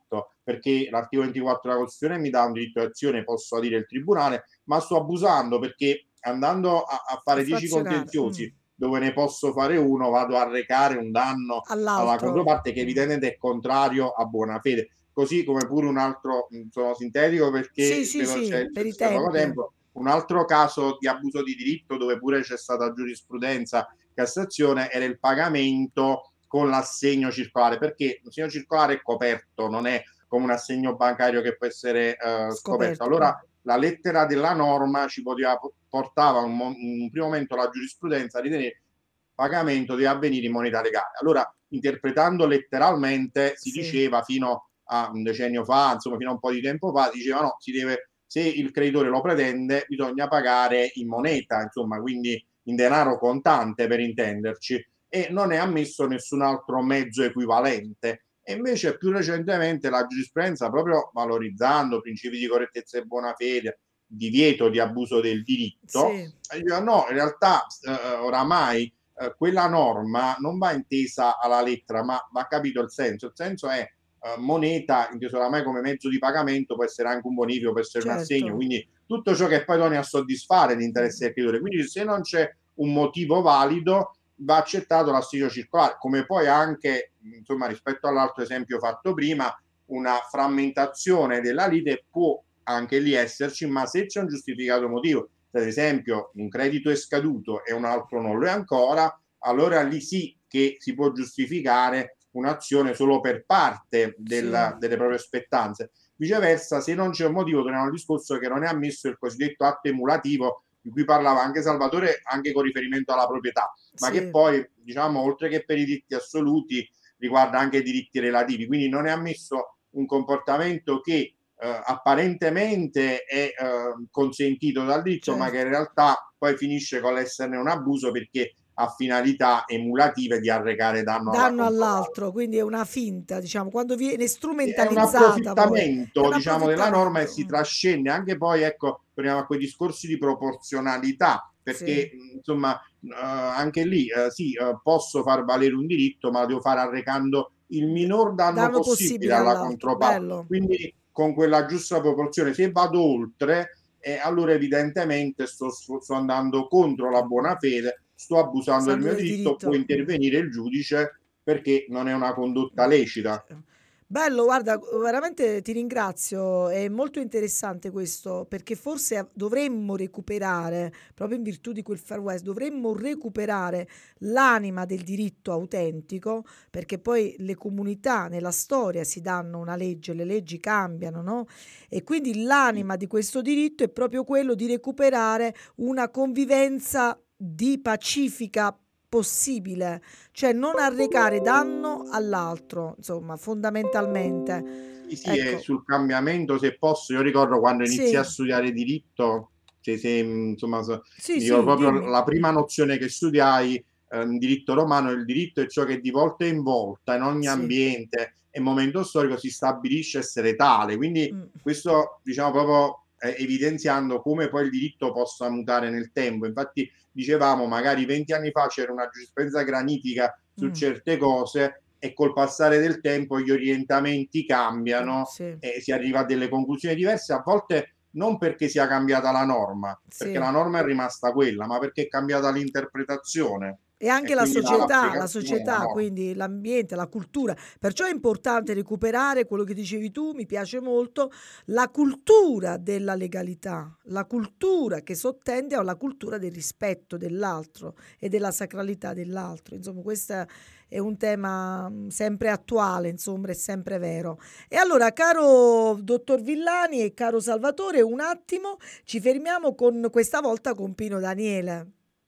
perché l'articolo ventiquattro della Costituzione mi dà un diritto di azione, posso adire il tribunale, ma sto abusando perché andando a, a fare dieci contenziosi mm. dove ne posso fare uno, vado a recare un danno all'altro. alla controparte che evidentemente è contrario a buona fede. Così come pure un altro, sono sintetico perché sì, sì, sì, c'è, per c'è poco tempo, un altro caso di abuso di diritto dove pure c'è stata giurisprudenza Cassazione era il pagamento con l'assegno circolare, perché l'assegno circolare è coperto, non è come un assegno bancario che può essere uh, scoperto. scoperto. Allora la lettera della norma ci poteva, portava un, un primo momento la giurisprudenza a ritenere il pagamento deve avvenire in moneta legale. Allora, interpretando letteralmente, si sì. diceva fino a un decennio fa, insomma fino a un po' di tempo fa, si diceva no, si deve, se il creditore lo pretende, bisogna pagare in moneta, insomma, quindi in denaro contante per intenderci, e non è ammesso nessun altro mezzo equivalente. E invece più recentemente la giurisprudenza, proprio valorizzando principi di correttezza e buona fede, divieto di abuso del diritto, sì. diceva no, in realtà eh, oramai eh, quella norma non va intesa alla lettera, ma va capito il senso. Il senso è eh, moneta, inteso oramai come mezzo di pagamento, può essere anche un bonifico, può essere certo. un assegno, quindi tutto ciò che poi torni a soddisfare l'interesse del creditore. Quindi se non c'è un motivo valido, va accettato l'assegno circolare, come poi anche, insomma, rispetto all'altro esempio fatto prima, una frammentazione della lite può anche lì esserci, ma se c'è un giustificato motivo, ad esempio un credito è scaduto e un altro non lo è ancora, allora lì sì che si può giustificare un'azione solo per parte della, sì. delle proprie spettanze. Viceversa, se non c'è un motivo, torniamo al discorso che non è ammesso il cosiddetto atto emulativo, di cui parlava anche Salvatore, anche con riferimento alla proprietà, ma sì. che poi, diciamo, oltre che per i diritti assoluti, riguarda anche i diritti relativi. Quindi non è ammesso un comportamento che eh, apparentemente è eh, consentito dal diritto, certo. ma che in realtà poi finisce con l'esserne un abuso perché ha finalità emulative di arrecare danno, danno all'altro, quindi è una finta, diciamo, quando viene strumentalizzata. È un approfittamento, poi. diciamo, della norma e si trascende anche poi, ecco, torniamo a quei discorsi di proporzionalità, perché sì. insomma uh, anche lì uh, sì, uh, posso far valere un diritto, ma lo devo fare arrecando il minor danno, danno possibile, possibile alla controparte. Bello. Quindi con quella giusta proporzione, se vado oltre, eh, allora evidentemente sto, sto, sto andando contro la buona fede, sto abusando del mio diritto, diritto, può intervenire il giudice perché non è una condotta lecita. Bello, guarda, veramente ti ringrazio, è molto interessante questo, perché forse dovremmo recuperare, proprio in virtù di quel Far West, dovremmo recuperare l'anima del diritto autentico, perché poi le comunità nella storia si danno una legge, le leggi cambiano, no? E quindi l'anima di questo diritto è proprio quello di recuperare una convivenza di pacifica possibile, cioè non arrecare danno all'altro, insomma, fondamentalmente. Sì, sì, ecco. Sul cambiamento, se posso, io ricordo quando iniziai sì. a studiare diritto, se, se, insomma, sì, io sì, proprio dimmi. La prima nozione che studiai eh, in diritto romano, il diritto è ciò che di volta in volta, in ogni sì. ambiente e momento storico si stabilisce essere tale, quindi mm. questo, diciamo, proprio eh, evidenziando come poi il diritto possa mutare nel tempo. Infatti dicevamo, magari venti anni fa c'era una giurisprudenza granitica su mm. certe cose e col passare del tempo gli orientamenti cambiano sì. e si arriva a delle conclusioni diverse, a volte non perché sia cambiata la norma, sì. perché la norma è rimasta quella, ma perché è cambiata l'interpretazione. E anche e la società, la società, no. quindi l'ambiente, la cultura. Perciò è importante recuperare quello che dicevi tu, mi piace molto, la cultura della legalità, la cultura che sottende alla cultura del rispetto dell'altro e della sacralità dell'altro. Insomma, questo è un tema sempre attuale, insomma, è sempre vero. E allora, caro dottor Villani e caro Salvatore, un attimo, ci fermiamo con questa volta con Pino Daniele.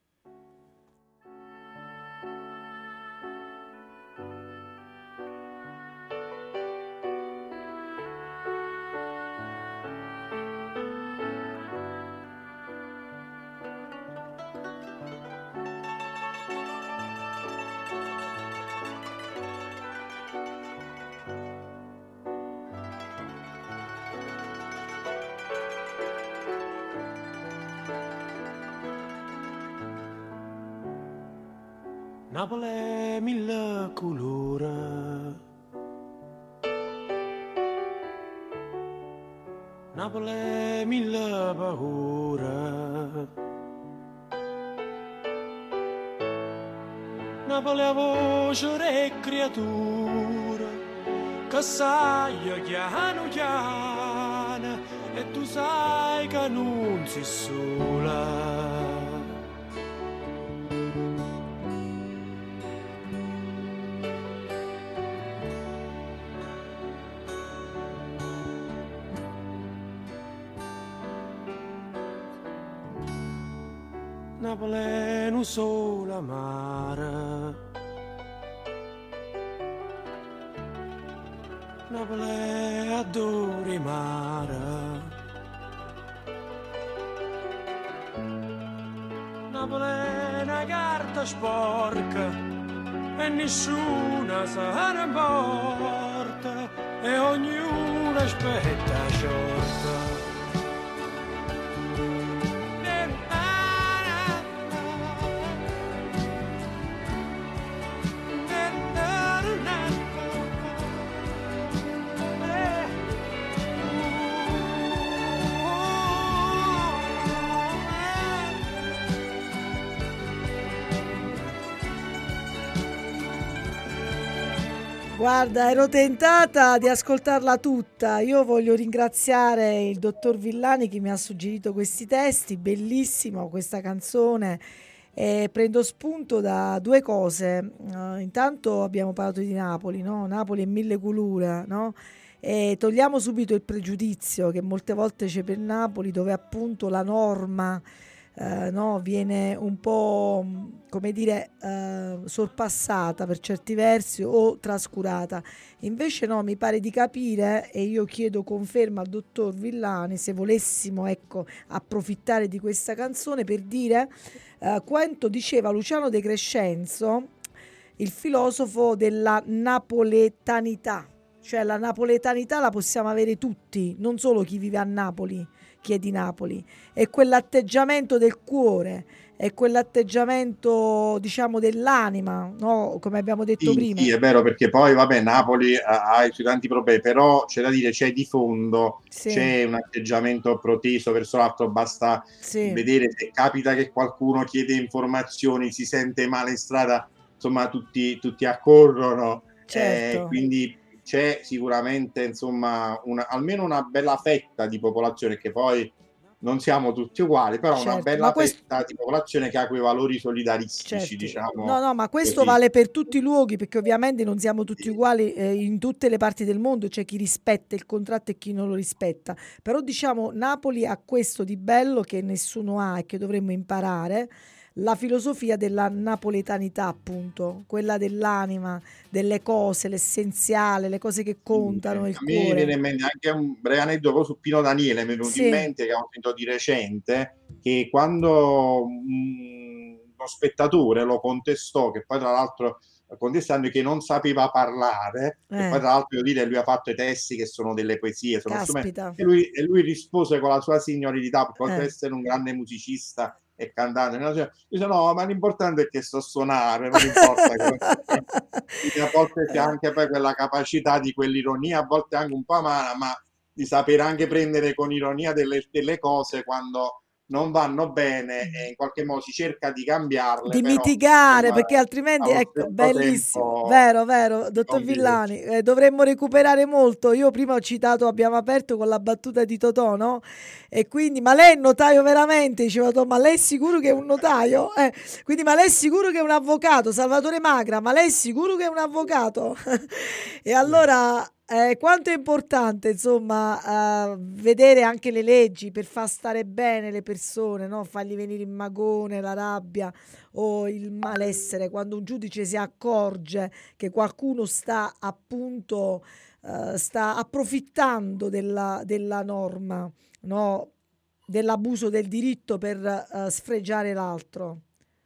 Napoli è mille colore, Napoli mille paure, Napoli a voce re creatura, che sai chiano chiano e tu sai che non sei sola. Napoli è un solo mare, Napoli è adori mare, Napoli è una carta sporca e nessuna se ne importa e ognuno aspetta sciorta. Guarda, ero tentata di ascoltarla tutta. Io voglio ringraziare il dottor Villani che mi ha suggerito questi testi, bellissimo questa canzone. E prendo spunto da due cose. Uh, intanto abbiamo parlato di Napoli, no? Napoli è mille colore, no? E togliamo subito il pregiudizio che molte volte c'è per Napoli, dove appunto la norma Uh, no, viene un po', come dire, uh, sorpassata per certi versi o trascurata. Invece no, mi pare di capire, e io chiedo conferma al dottor Villani se volessimo, ecco, approfittare di questa canzone per dire uh, quanto diceva Luciano De Crescenzo, il filosofo della napoletanità. Cioè la napoletanità la possiamo avere tutti, non solo chi vive a Napoli, chi è di Napoli. È quell'atteggiamento del cuore, è quell'atteggiamento, diciamo, dell'anima, no? Come abbiamo detto sì, prima. Sì, è vero, perché poi, vabbè, Napoli ha, ha i suoi tanti problemi, però c'è da dire, c'è di fondo, sì. C'è un atteggiamento proteso verso l'altro, basta sì. vedere se capita che qualcuno chiede informazioni, si sente male in strada, insomma, tutti, tutti accorrono, certo. eh, quindi c'è sicuramente, insomma, una, almeno una bella fetta di popolazione, che poi non siamo tutti uguali, però certo, una bella questo... fetta di popolazione che ha quei valori solidaristici, certo. diciamo. No, no, ma questo così. vale per tutti i luoghi, perché ovviamente non siamo tutti uguali eh, in tutte le parti del mondo, c'è chi rispetta il contratto e chi non lo rispetta, però diciamo Napoli ha questo di bello che nessuno ha e che dovremmo imparare, la filosofia della napoletanità, appunto, quella dell'anima, delle cose, l'essenziale, le cose che contano, il a me cuore. viene in mente anche un breve aneddoto su Pino Daniele, mi è venuto sì. in mente, che ho sentito di recente, che quando mh, uno spettatore lo contestò, che poi tra l'altro contestando che non sapeva parlare, eh. e poi tra l'altro devo dire lui ha fatto i testi che sono delle poesie, sono Caspita. e lui, e lui rispose con la sua signorilità, per poter Eh. essere un grande musicista e cantante, no? Cioè, dice no, ma l'importante è che so suonare, non importa che a volte c'è anche poi quella capacità di quell'ironia, a volte anche un po' amara, ma di sapere anche prendere con ironia delle, delle cose quando non vanno bene e in qualche modo si cerca di cambiarle, di però, mitigare, insomma, perché altrimenti ecco, bellissimo, tempo, vero, vero, dottor Villani, eh, dovremmo recuperare molto. Io prima ho citato, abbiamo aperto con la battuta di Totò, no? E quindi, ma lei è notaio veramente? Diceva Totò, ma lei è sicuro che è un notaio? Eh, quindi, ma lei è sicuro che è un avvocato? Salvatore Magra, ma lei è sicuro che è un avvocato? E allora... Eh, quanto è importante, insomma, uh, vedere anche le leggi per far stare bene le persone, no? Fargli venire il magone, la rabbia o il malessere, quando un giudice si accorge che qualcuno sta appunto uh, sta approfittando della, della norma, no? Dell'abuso del diritto per uh, sfregiare l'altro.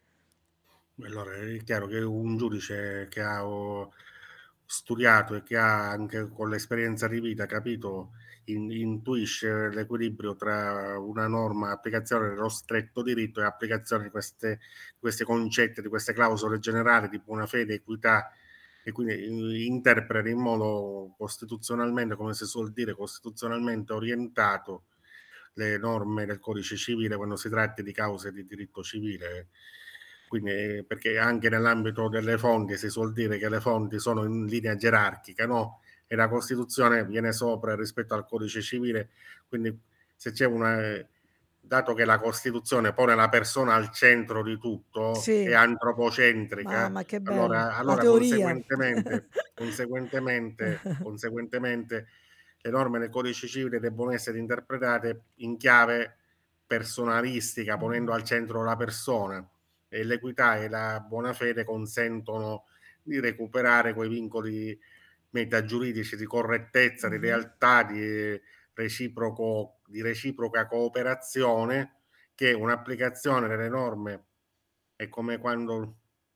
Allora è chiaro che un giudice che ha oh, studiato e che ha anche con l'esperienza di vita capito, in, intuisce l'equilibrio tra una norma, applicazione dello stretto diritto e applicazione di queste, questi concetti, di queste clausole generali di buona fede, equità e quindi interpreta in modo costituzionalmente, come si suol dire, costituzionalmente orientato le norme del codice civile quando si tratta di cause di diritto civile. Quindi, perché anche nell'ambito delle fonti si suol dire che le fonti sono in linea gerarchica, no? E la Costituzione viene sopra rispetto al codice civile, quindi se c'è una, dato che la Costituzione pone la persona al centro di tutto, Sì. è antropocentrica, Mamma, che bello. allora, La allora teoria. conseguentemente, conseguentemente, conseguentemente le norme del codice civile debbono essere interpretate in chiave personalistica, ponendo al centro la persona, e l'equità e la buona fede consentono di recuperare quei vincoli metagiuridici di correttezza, di Mhm. lealtà, di reciproco, di reciproca cooperazione, che un'applicazione delle norme è come quando,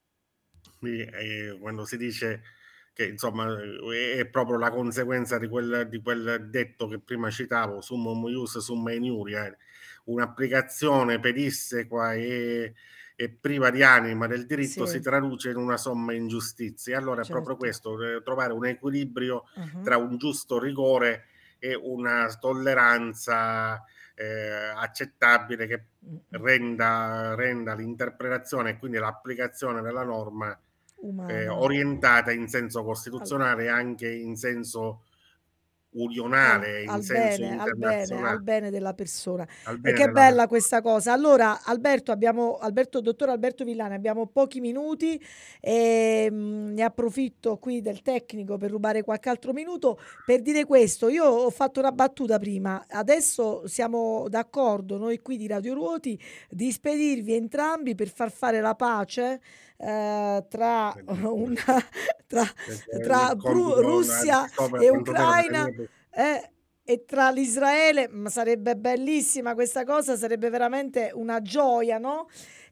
eh, quando si dice che insomma è proprio la conseguenza di quel, di quel detto che prima citavo, summum ius summa iniuria, un'applicazione pedissequa e, e priva di anima del diritto Sì. si traduce in una somma ingiustizie. Allora è proprio Certo. questo, trovare un equilibrio Mhm. tra un giusto rigore e una tolleranza eh, accettabile che Mm, mm. renda, renda l'interpretazione e quindi l'applicazione della norma eh, Umana. orientata in senso costituzionale e anche in senso Al, unionale, in al senso bene, al bene, al internazionale, bene della persona. al E bene che della bella persona. questa cosa. Allora, Alberto, abbiamo Alberto, dottor Alberto Villani, abbiamo pochi minuti e mm, ne approfitto qui del tecnico per rubare qualche altro minuto per dire questo. Io ho fatto una battuta prima, adesso siamo d'accordo noi qui di Radio Ruoti di spedirvi entrambi per far fare la pace eh, tra, una, tra, tra Il Bru- compito Russia di sopra e quantomeno Ucraina delle mie- eh, e tra l'Israele, ma sarebbe bellissima questa cosa, sarebbe veramente una gioia, no?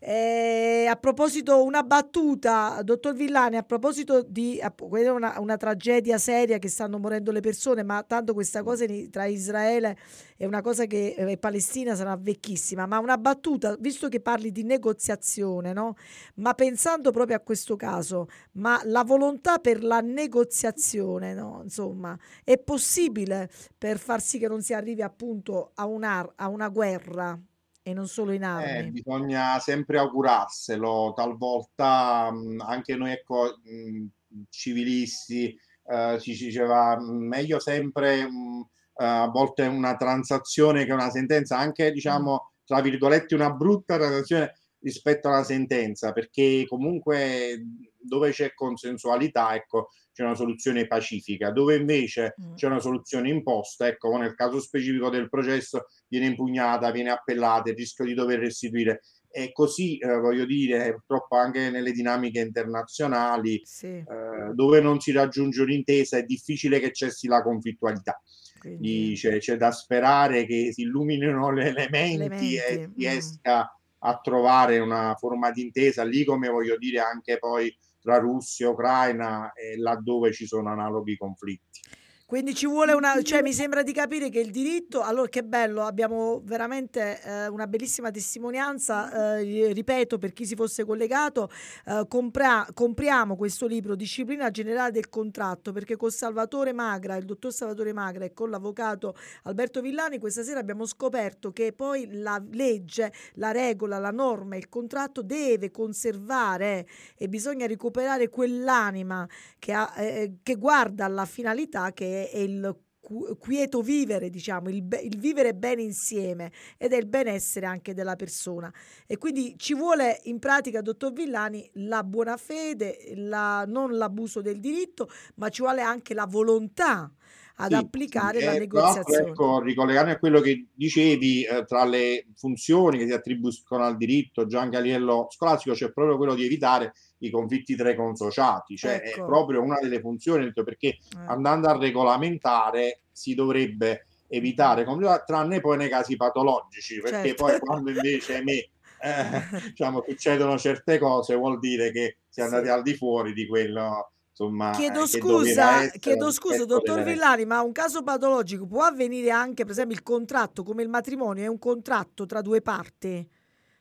Eh, a proposito, una battuta, dottor Villani, a proposito di app- quella è una, una tragedia seria che stanno morendo le persone, ma tanto questa cosa in- tra Israele è una cosa che eh, Palestina sarà vecchissima, ma una battuta, visto che parli di negoziazione, no? Ma pensando proprio a questo caso, ma la volontà per la negoziazione, no? Insomma, è possibile per far sì che non si arrivi appunto a, un'ar- a una guerra e non solo in Eh, armi. bisogna sempre augurarselo, talvolta mh, anche noi ecco, mh, civilisti eh, ci ci diceva mh, meglio sempre mh, eh, a volte una transazione che una sentenza, anche Mm. diciamo tra virgolette una brutta transazione rispetto alla sentenza, perché comunque dove c'è consensualità ecco c'è una soluzione pacifica, dove invece Mm. c'è una soluzione imposta, ecco nel caso specifico del processo viene impugnata, viene appellata, il rischio di dover restituire. E così, eh, voglio dire, purtroppo anche nelle dinamiche internazionali, Sì, eh, dove non si raggiunge un'intesa, è difficile che cessi la conflittualità. quindi Dice, c'è da sperare che si illuminino gli elementi elementi. e si Mm. riesca a trovare una forma di intesa, lì come voglio dire anche poi tra Russia e Ucraina, e laddove ci sono analoghi conflitti. Quindi ci vuole una, cioè mi sembra di capire che il diritto, allora che bello, abbiamo veramente eh, una bellissima testimonianza, eh, ripeto per chi si fosse collegato, eh, compra- compriamo questo libro Disciplina generale del contratto perché con Salvatore Magra, il dottor Salvatore Magra e con l'avvocato Alberto Villani questa sera abbiamo scoperto che poi la legge, la regola, la norma, il contratto deve conservare e bisogna recuperare quell'anima che, ha, eh, che guarda alla finalità che è è il quieto vivere, diciamo, il, be- il vivere bene insieme ed è il benessere anche della persona. E quindi ci vuole in pratica, dottor Villani, la buona fede, la, non l'abuso del diritto, ma ci vuole anche la volontà ad Sì, applicare sì. la E tra l'altro, negoziazione. ecco, ricollegarmi a quello che dicevi, eh, tra le funzioni che si attribuiscono al diritto, già anche a livello scolastico, c'è proprio quello di evitare i conflitti tra i consociati, cioè è Ecco, proprio una delle funzioni, detto, perché eh, andando a regolamentare si dovrebbe evitare, conflitti, tranne poi nei casi patologici, perché certo. poi quando invece ahimè, eh, diciamo, succedono certe cose, vuol dire che si è andati Sì. al di fuori di quello insomma, Chiedo eh, che doveva scusa, essere chiedo il scusa, rispetto dottor delle regole. Villani, ma un caso patologico può avvenire anche, per esempio, il contratto, come il matrimonio, è un contratto tra due parti?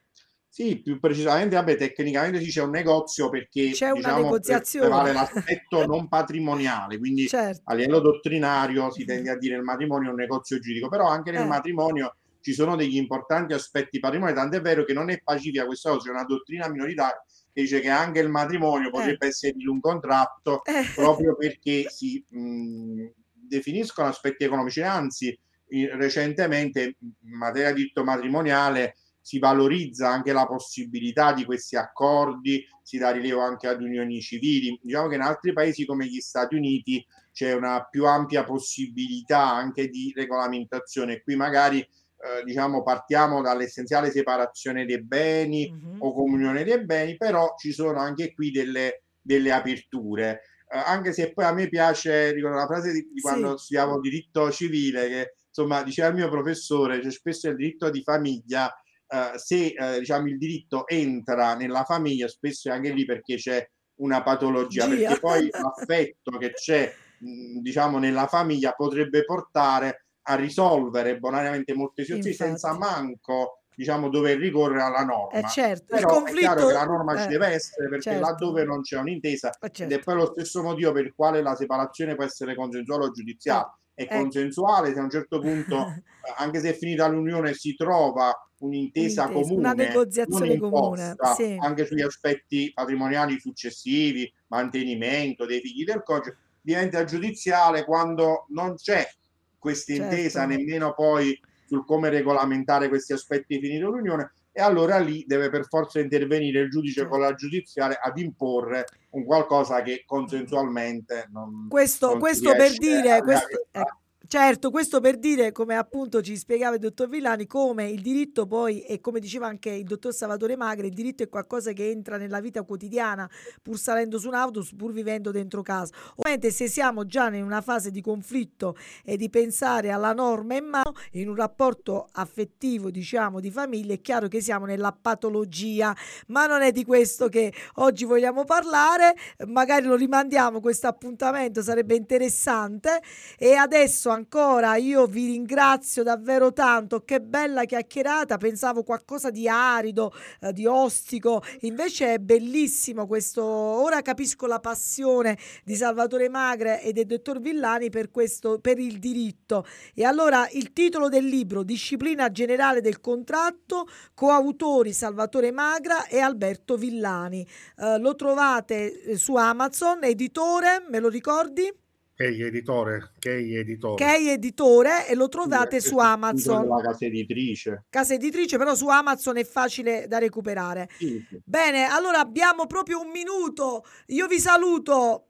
Sì, più precisamente, vabbè, tecnicamente sì, c'è un negozio perché C'è una diciamo negoziazione. prevale l'aspetto non patrimoniale, quindi Certo. a livello dottrinario si tende a dire il matrimonio è un negozio giuridico, però anche nel Eh. matrimonio ci sono degli importanti aspetti patrimoniali, tant'è vero che non è pacifica questa cosa, c'è una dottrina minoritaria che dice che anche il matrimonio potrebbe essere di un contratto Eh. proprio perché si mh, definiscono aspetti economici, anzi in- recentemente in materia di diritto matrimoniale si valorizza anche la possibilità di questi accordi, si dà rilievo anche ad unioni civili. Diciamo che in altri paesi come gli Stati Uniti c'è una più ampia possibilità anche di regolamentazione. Qui magari eh, diciamo partiamo dall'essenziale separazione dei beni Mhm. o comunione dei beni, però ci sono anche qui delle, delle aperture. Eh, anche se poi a me piace, ricordo una frase di, di Sì. quando studiavo diritto civile, che insomma diceva il mio professore, c'è spesso il diritto di famiglia. Uh, se uh, diciamo il diritto entra nella famiglia, spesso è anche lì perché c'è una patologia, Gia. perché poi l'affetto che c'è mh, diciamo nella famiglia potrebbe portare a risolvere bonariamente molte situazioni Infatti. senza manco diciamo dover ricorrere alla norma. Eh certo, il Però è conflitto chiaro che la norma ci eh, deve essere, perché certo. laddove non c'è un'intesa, Eh, ed certo. è poi lo stesso motivo per il quale la separazione può essere consensuale o giudiziale. È ecco. consensuale se a un certo punto anche se è finita l'unione si trova un'intesa, Un'intesa, una comune, non negoziazione comune, imposta, sì. anche sugli aspetti patrimoniali successivi, mantenimento dei figli del coniuge, diventa giudiziale quando non c'è questa intesa Certo. nemmeno poi sul come regolamentare questi aspetti finita l'unione, e allora lì deve per forza intervenire il giudice Certo. con la giudiziale ad imporre un qualcosa che consensualmente non, Questo, non si questo per riesce dire, a questo, realizzare. eh, certo, questo per dire, come appunto ci spiegava il dottor Villani, come il diritto poi, e come diceva anche il dottor Salvatore Magre, il diritto è qualcosa che entra nella vita quotidiana, pur salendo su un autobus, pur vivendo dentro casa. Ovviamente se siamo già in una fase di conflitto e di pensare alla norma in mano, in un rapporto affettivo, diciamo, di famiglia, è chiaro che siamo nella patologia, ma non è di questo che oggi vogliamo parlare, magari lo rimandiamo questo appuntamento, sarebbe interessante. E adesso ancora io vi ringrazio davvero tanto, che bella chiacchierata, pensavo qualcosa di arido, eh, di ostico, invece è bellissimo questo, ora capisco la passione di Salvatore Magre e del dottor Villani per questo, per il diritto. E allora il titolo del libro: Disciplina generale del contratto, coautori Salvatore Magra e Alberto Villani. Eh, lo trovate su Amazon, editore, me lo ricordi? Key editore, Key editore. Key editore, e lo trovate Sì, su questo è il Amazon. titolo della casa editrice. Casa editrice, però su Amazon è facile da recuperare. Sì, sì. Bene, allora abbiamo proprio un minuto. Io vi saluto.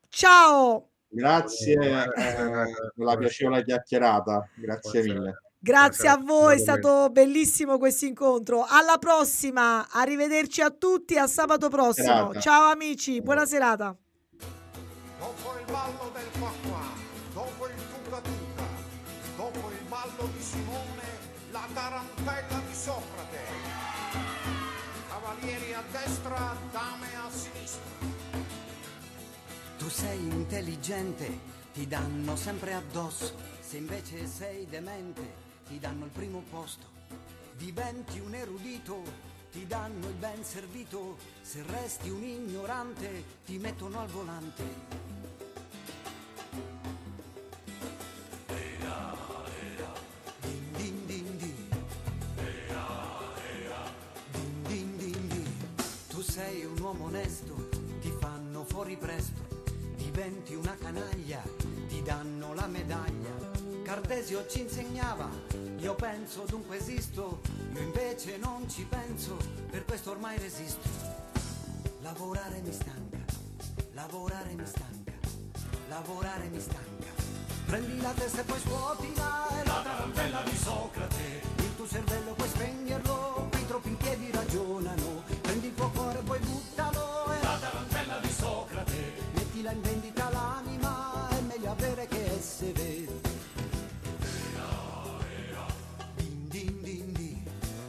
Ciao. Grazie Buonasera. eh, per la piacevole chiacchierata, grazie Buonasera. mille. Grazie a Buonasera. voi, è stato bellissimo questo incontro. Alla prossima, arrivederci a tutti, a sabato prossimo. Serata. Ciao amici, buona serata. Dopo il ballo del qua qua, dopo il tuca tuca, dopo il ballo di Simone, la tarantella di Socrate. Cavalieri a destra, dame a sinistra. Tu sei intelligente, ti danno sempre addosso. Se invece sei demente, ti danno il primo posto. Diventi un erudito, ti danno il ben servito. Se resti un ignorante, ti mettono al volante. Din din din din. Din din din din. Tu sei un uomo onesto, ti fanno fuori presto. Diventi una canaglia, ti danno la medaglia. Cartesio ci insegnava, io penso dunque esisto, io invece non ci penso, per questo ormai resisto. Lavorare mi stanca, lavorare mi stanca, lavorare mi stanca. Prendi la testa e poi scuotila, è la tarantella di Socrate. Il tuo cervello puoi spegnerlo, qui troppi in piedi ragionano. Prendi il tuo cuore e poi buttalo, è la tarantella di Socrate. Mettila in vendita l'anima, è meglio avere che essere. Din din din din.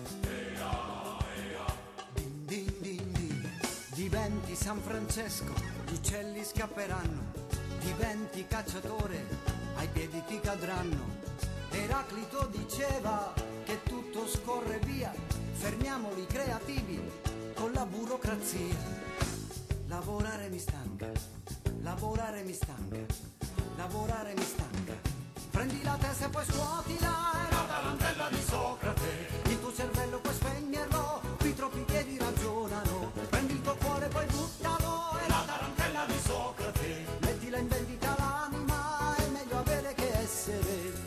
Din din din din. Diventi San Francesco, gli uccelli scapperanno. Diventi cacciatore, ai piedi ti cadranno. Eraclito diceva che tutto scorre via fermiamoli creativi con la burocrazia. Lavorare mi stanca, lavorare mi stanca, lavorare mi stanca. Prendi la testa e poi scuotila, è la tarantella di Socrate. Il tuo cervello puoi spegnerlo, qui troppi piedi ragionano. Prendi il tuo cuore e poi buttalo, è la tarantella di Socrate. Mettila in vendita l'anima, è meglio avere che essere.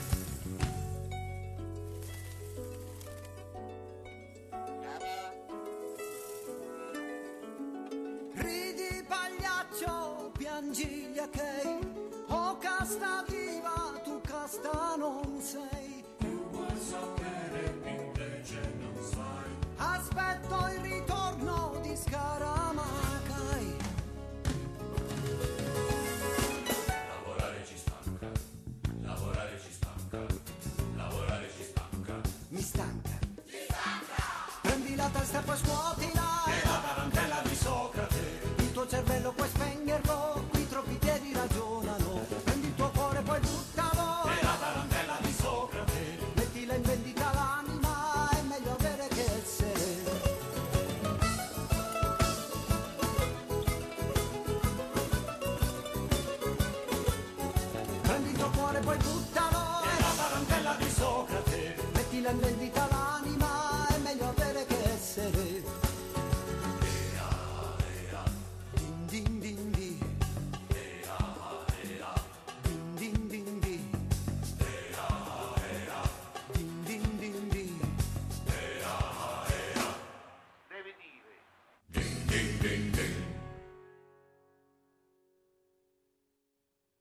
Ridi pagliaccio, piangi gli achei, o casta diva, tu casta non sei. Più vuoi sapere invece non sai. Aspetto il ritorno di Scaramacai. Lavorare ci stanca, lavorare ci stanca.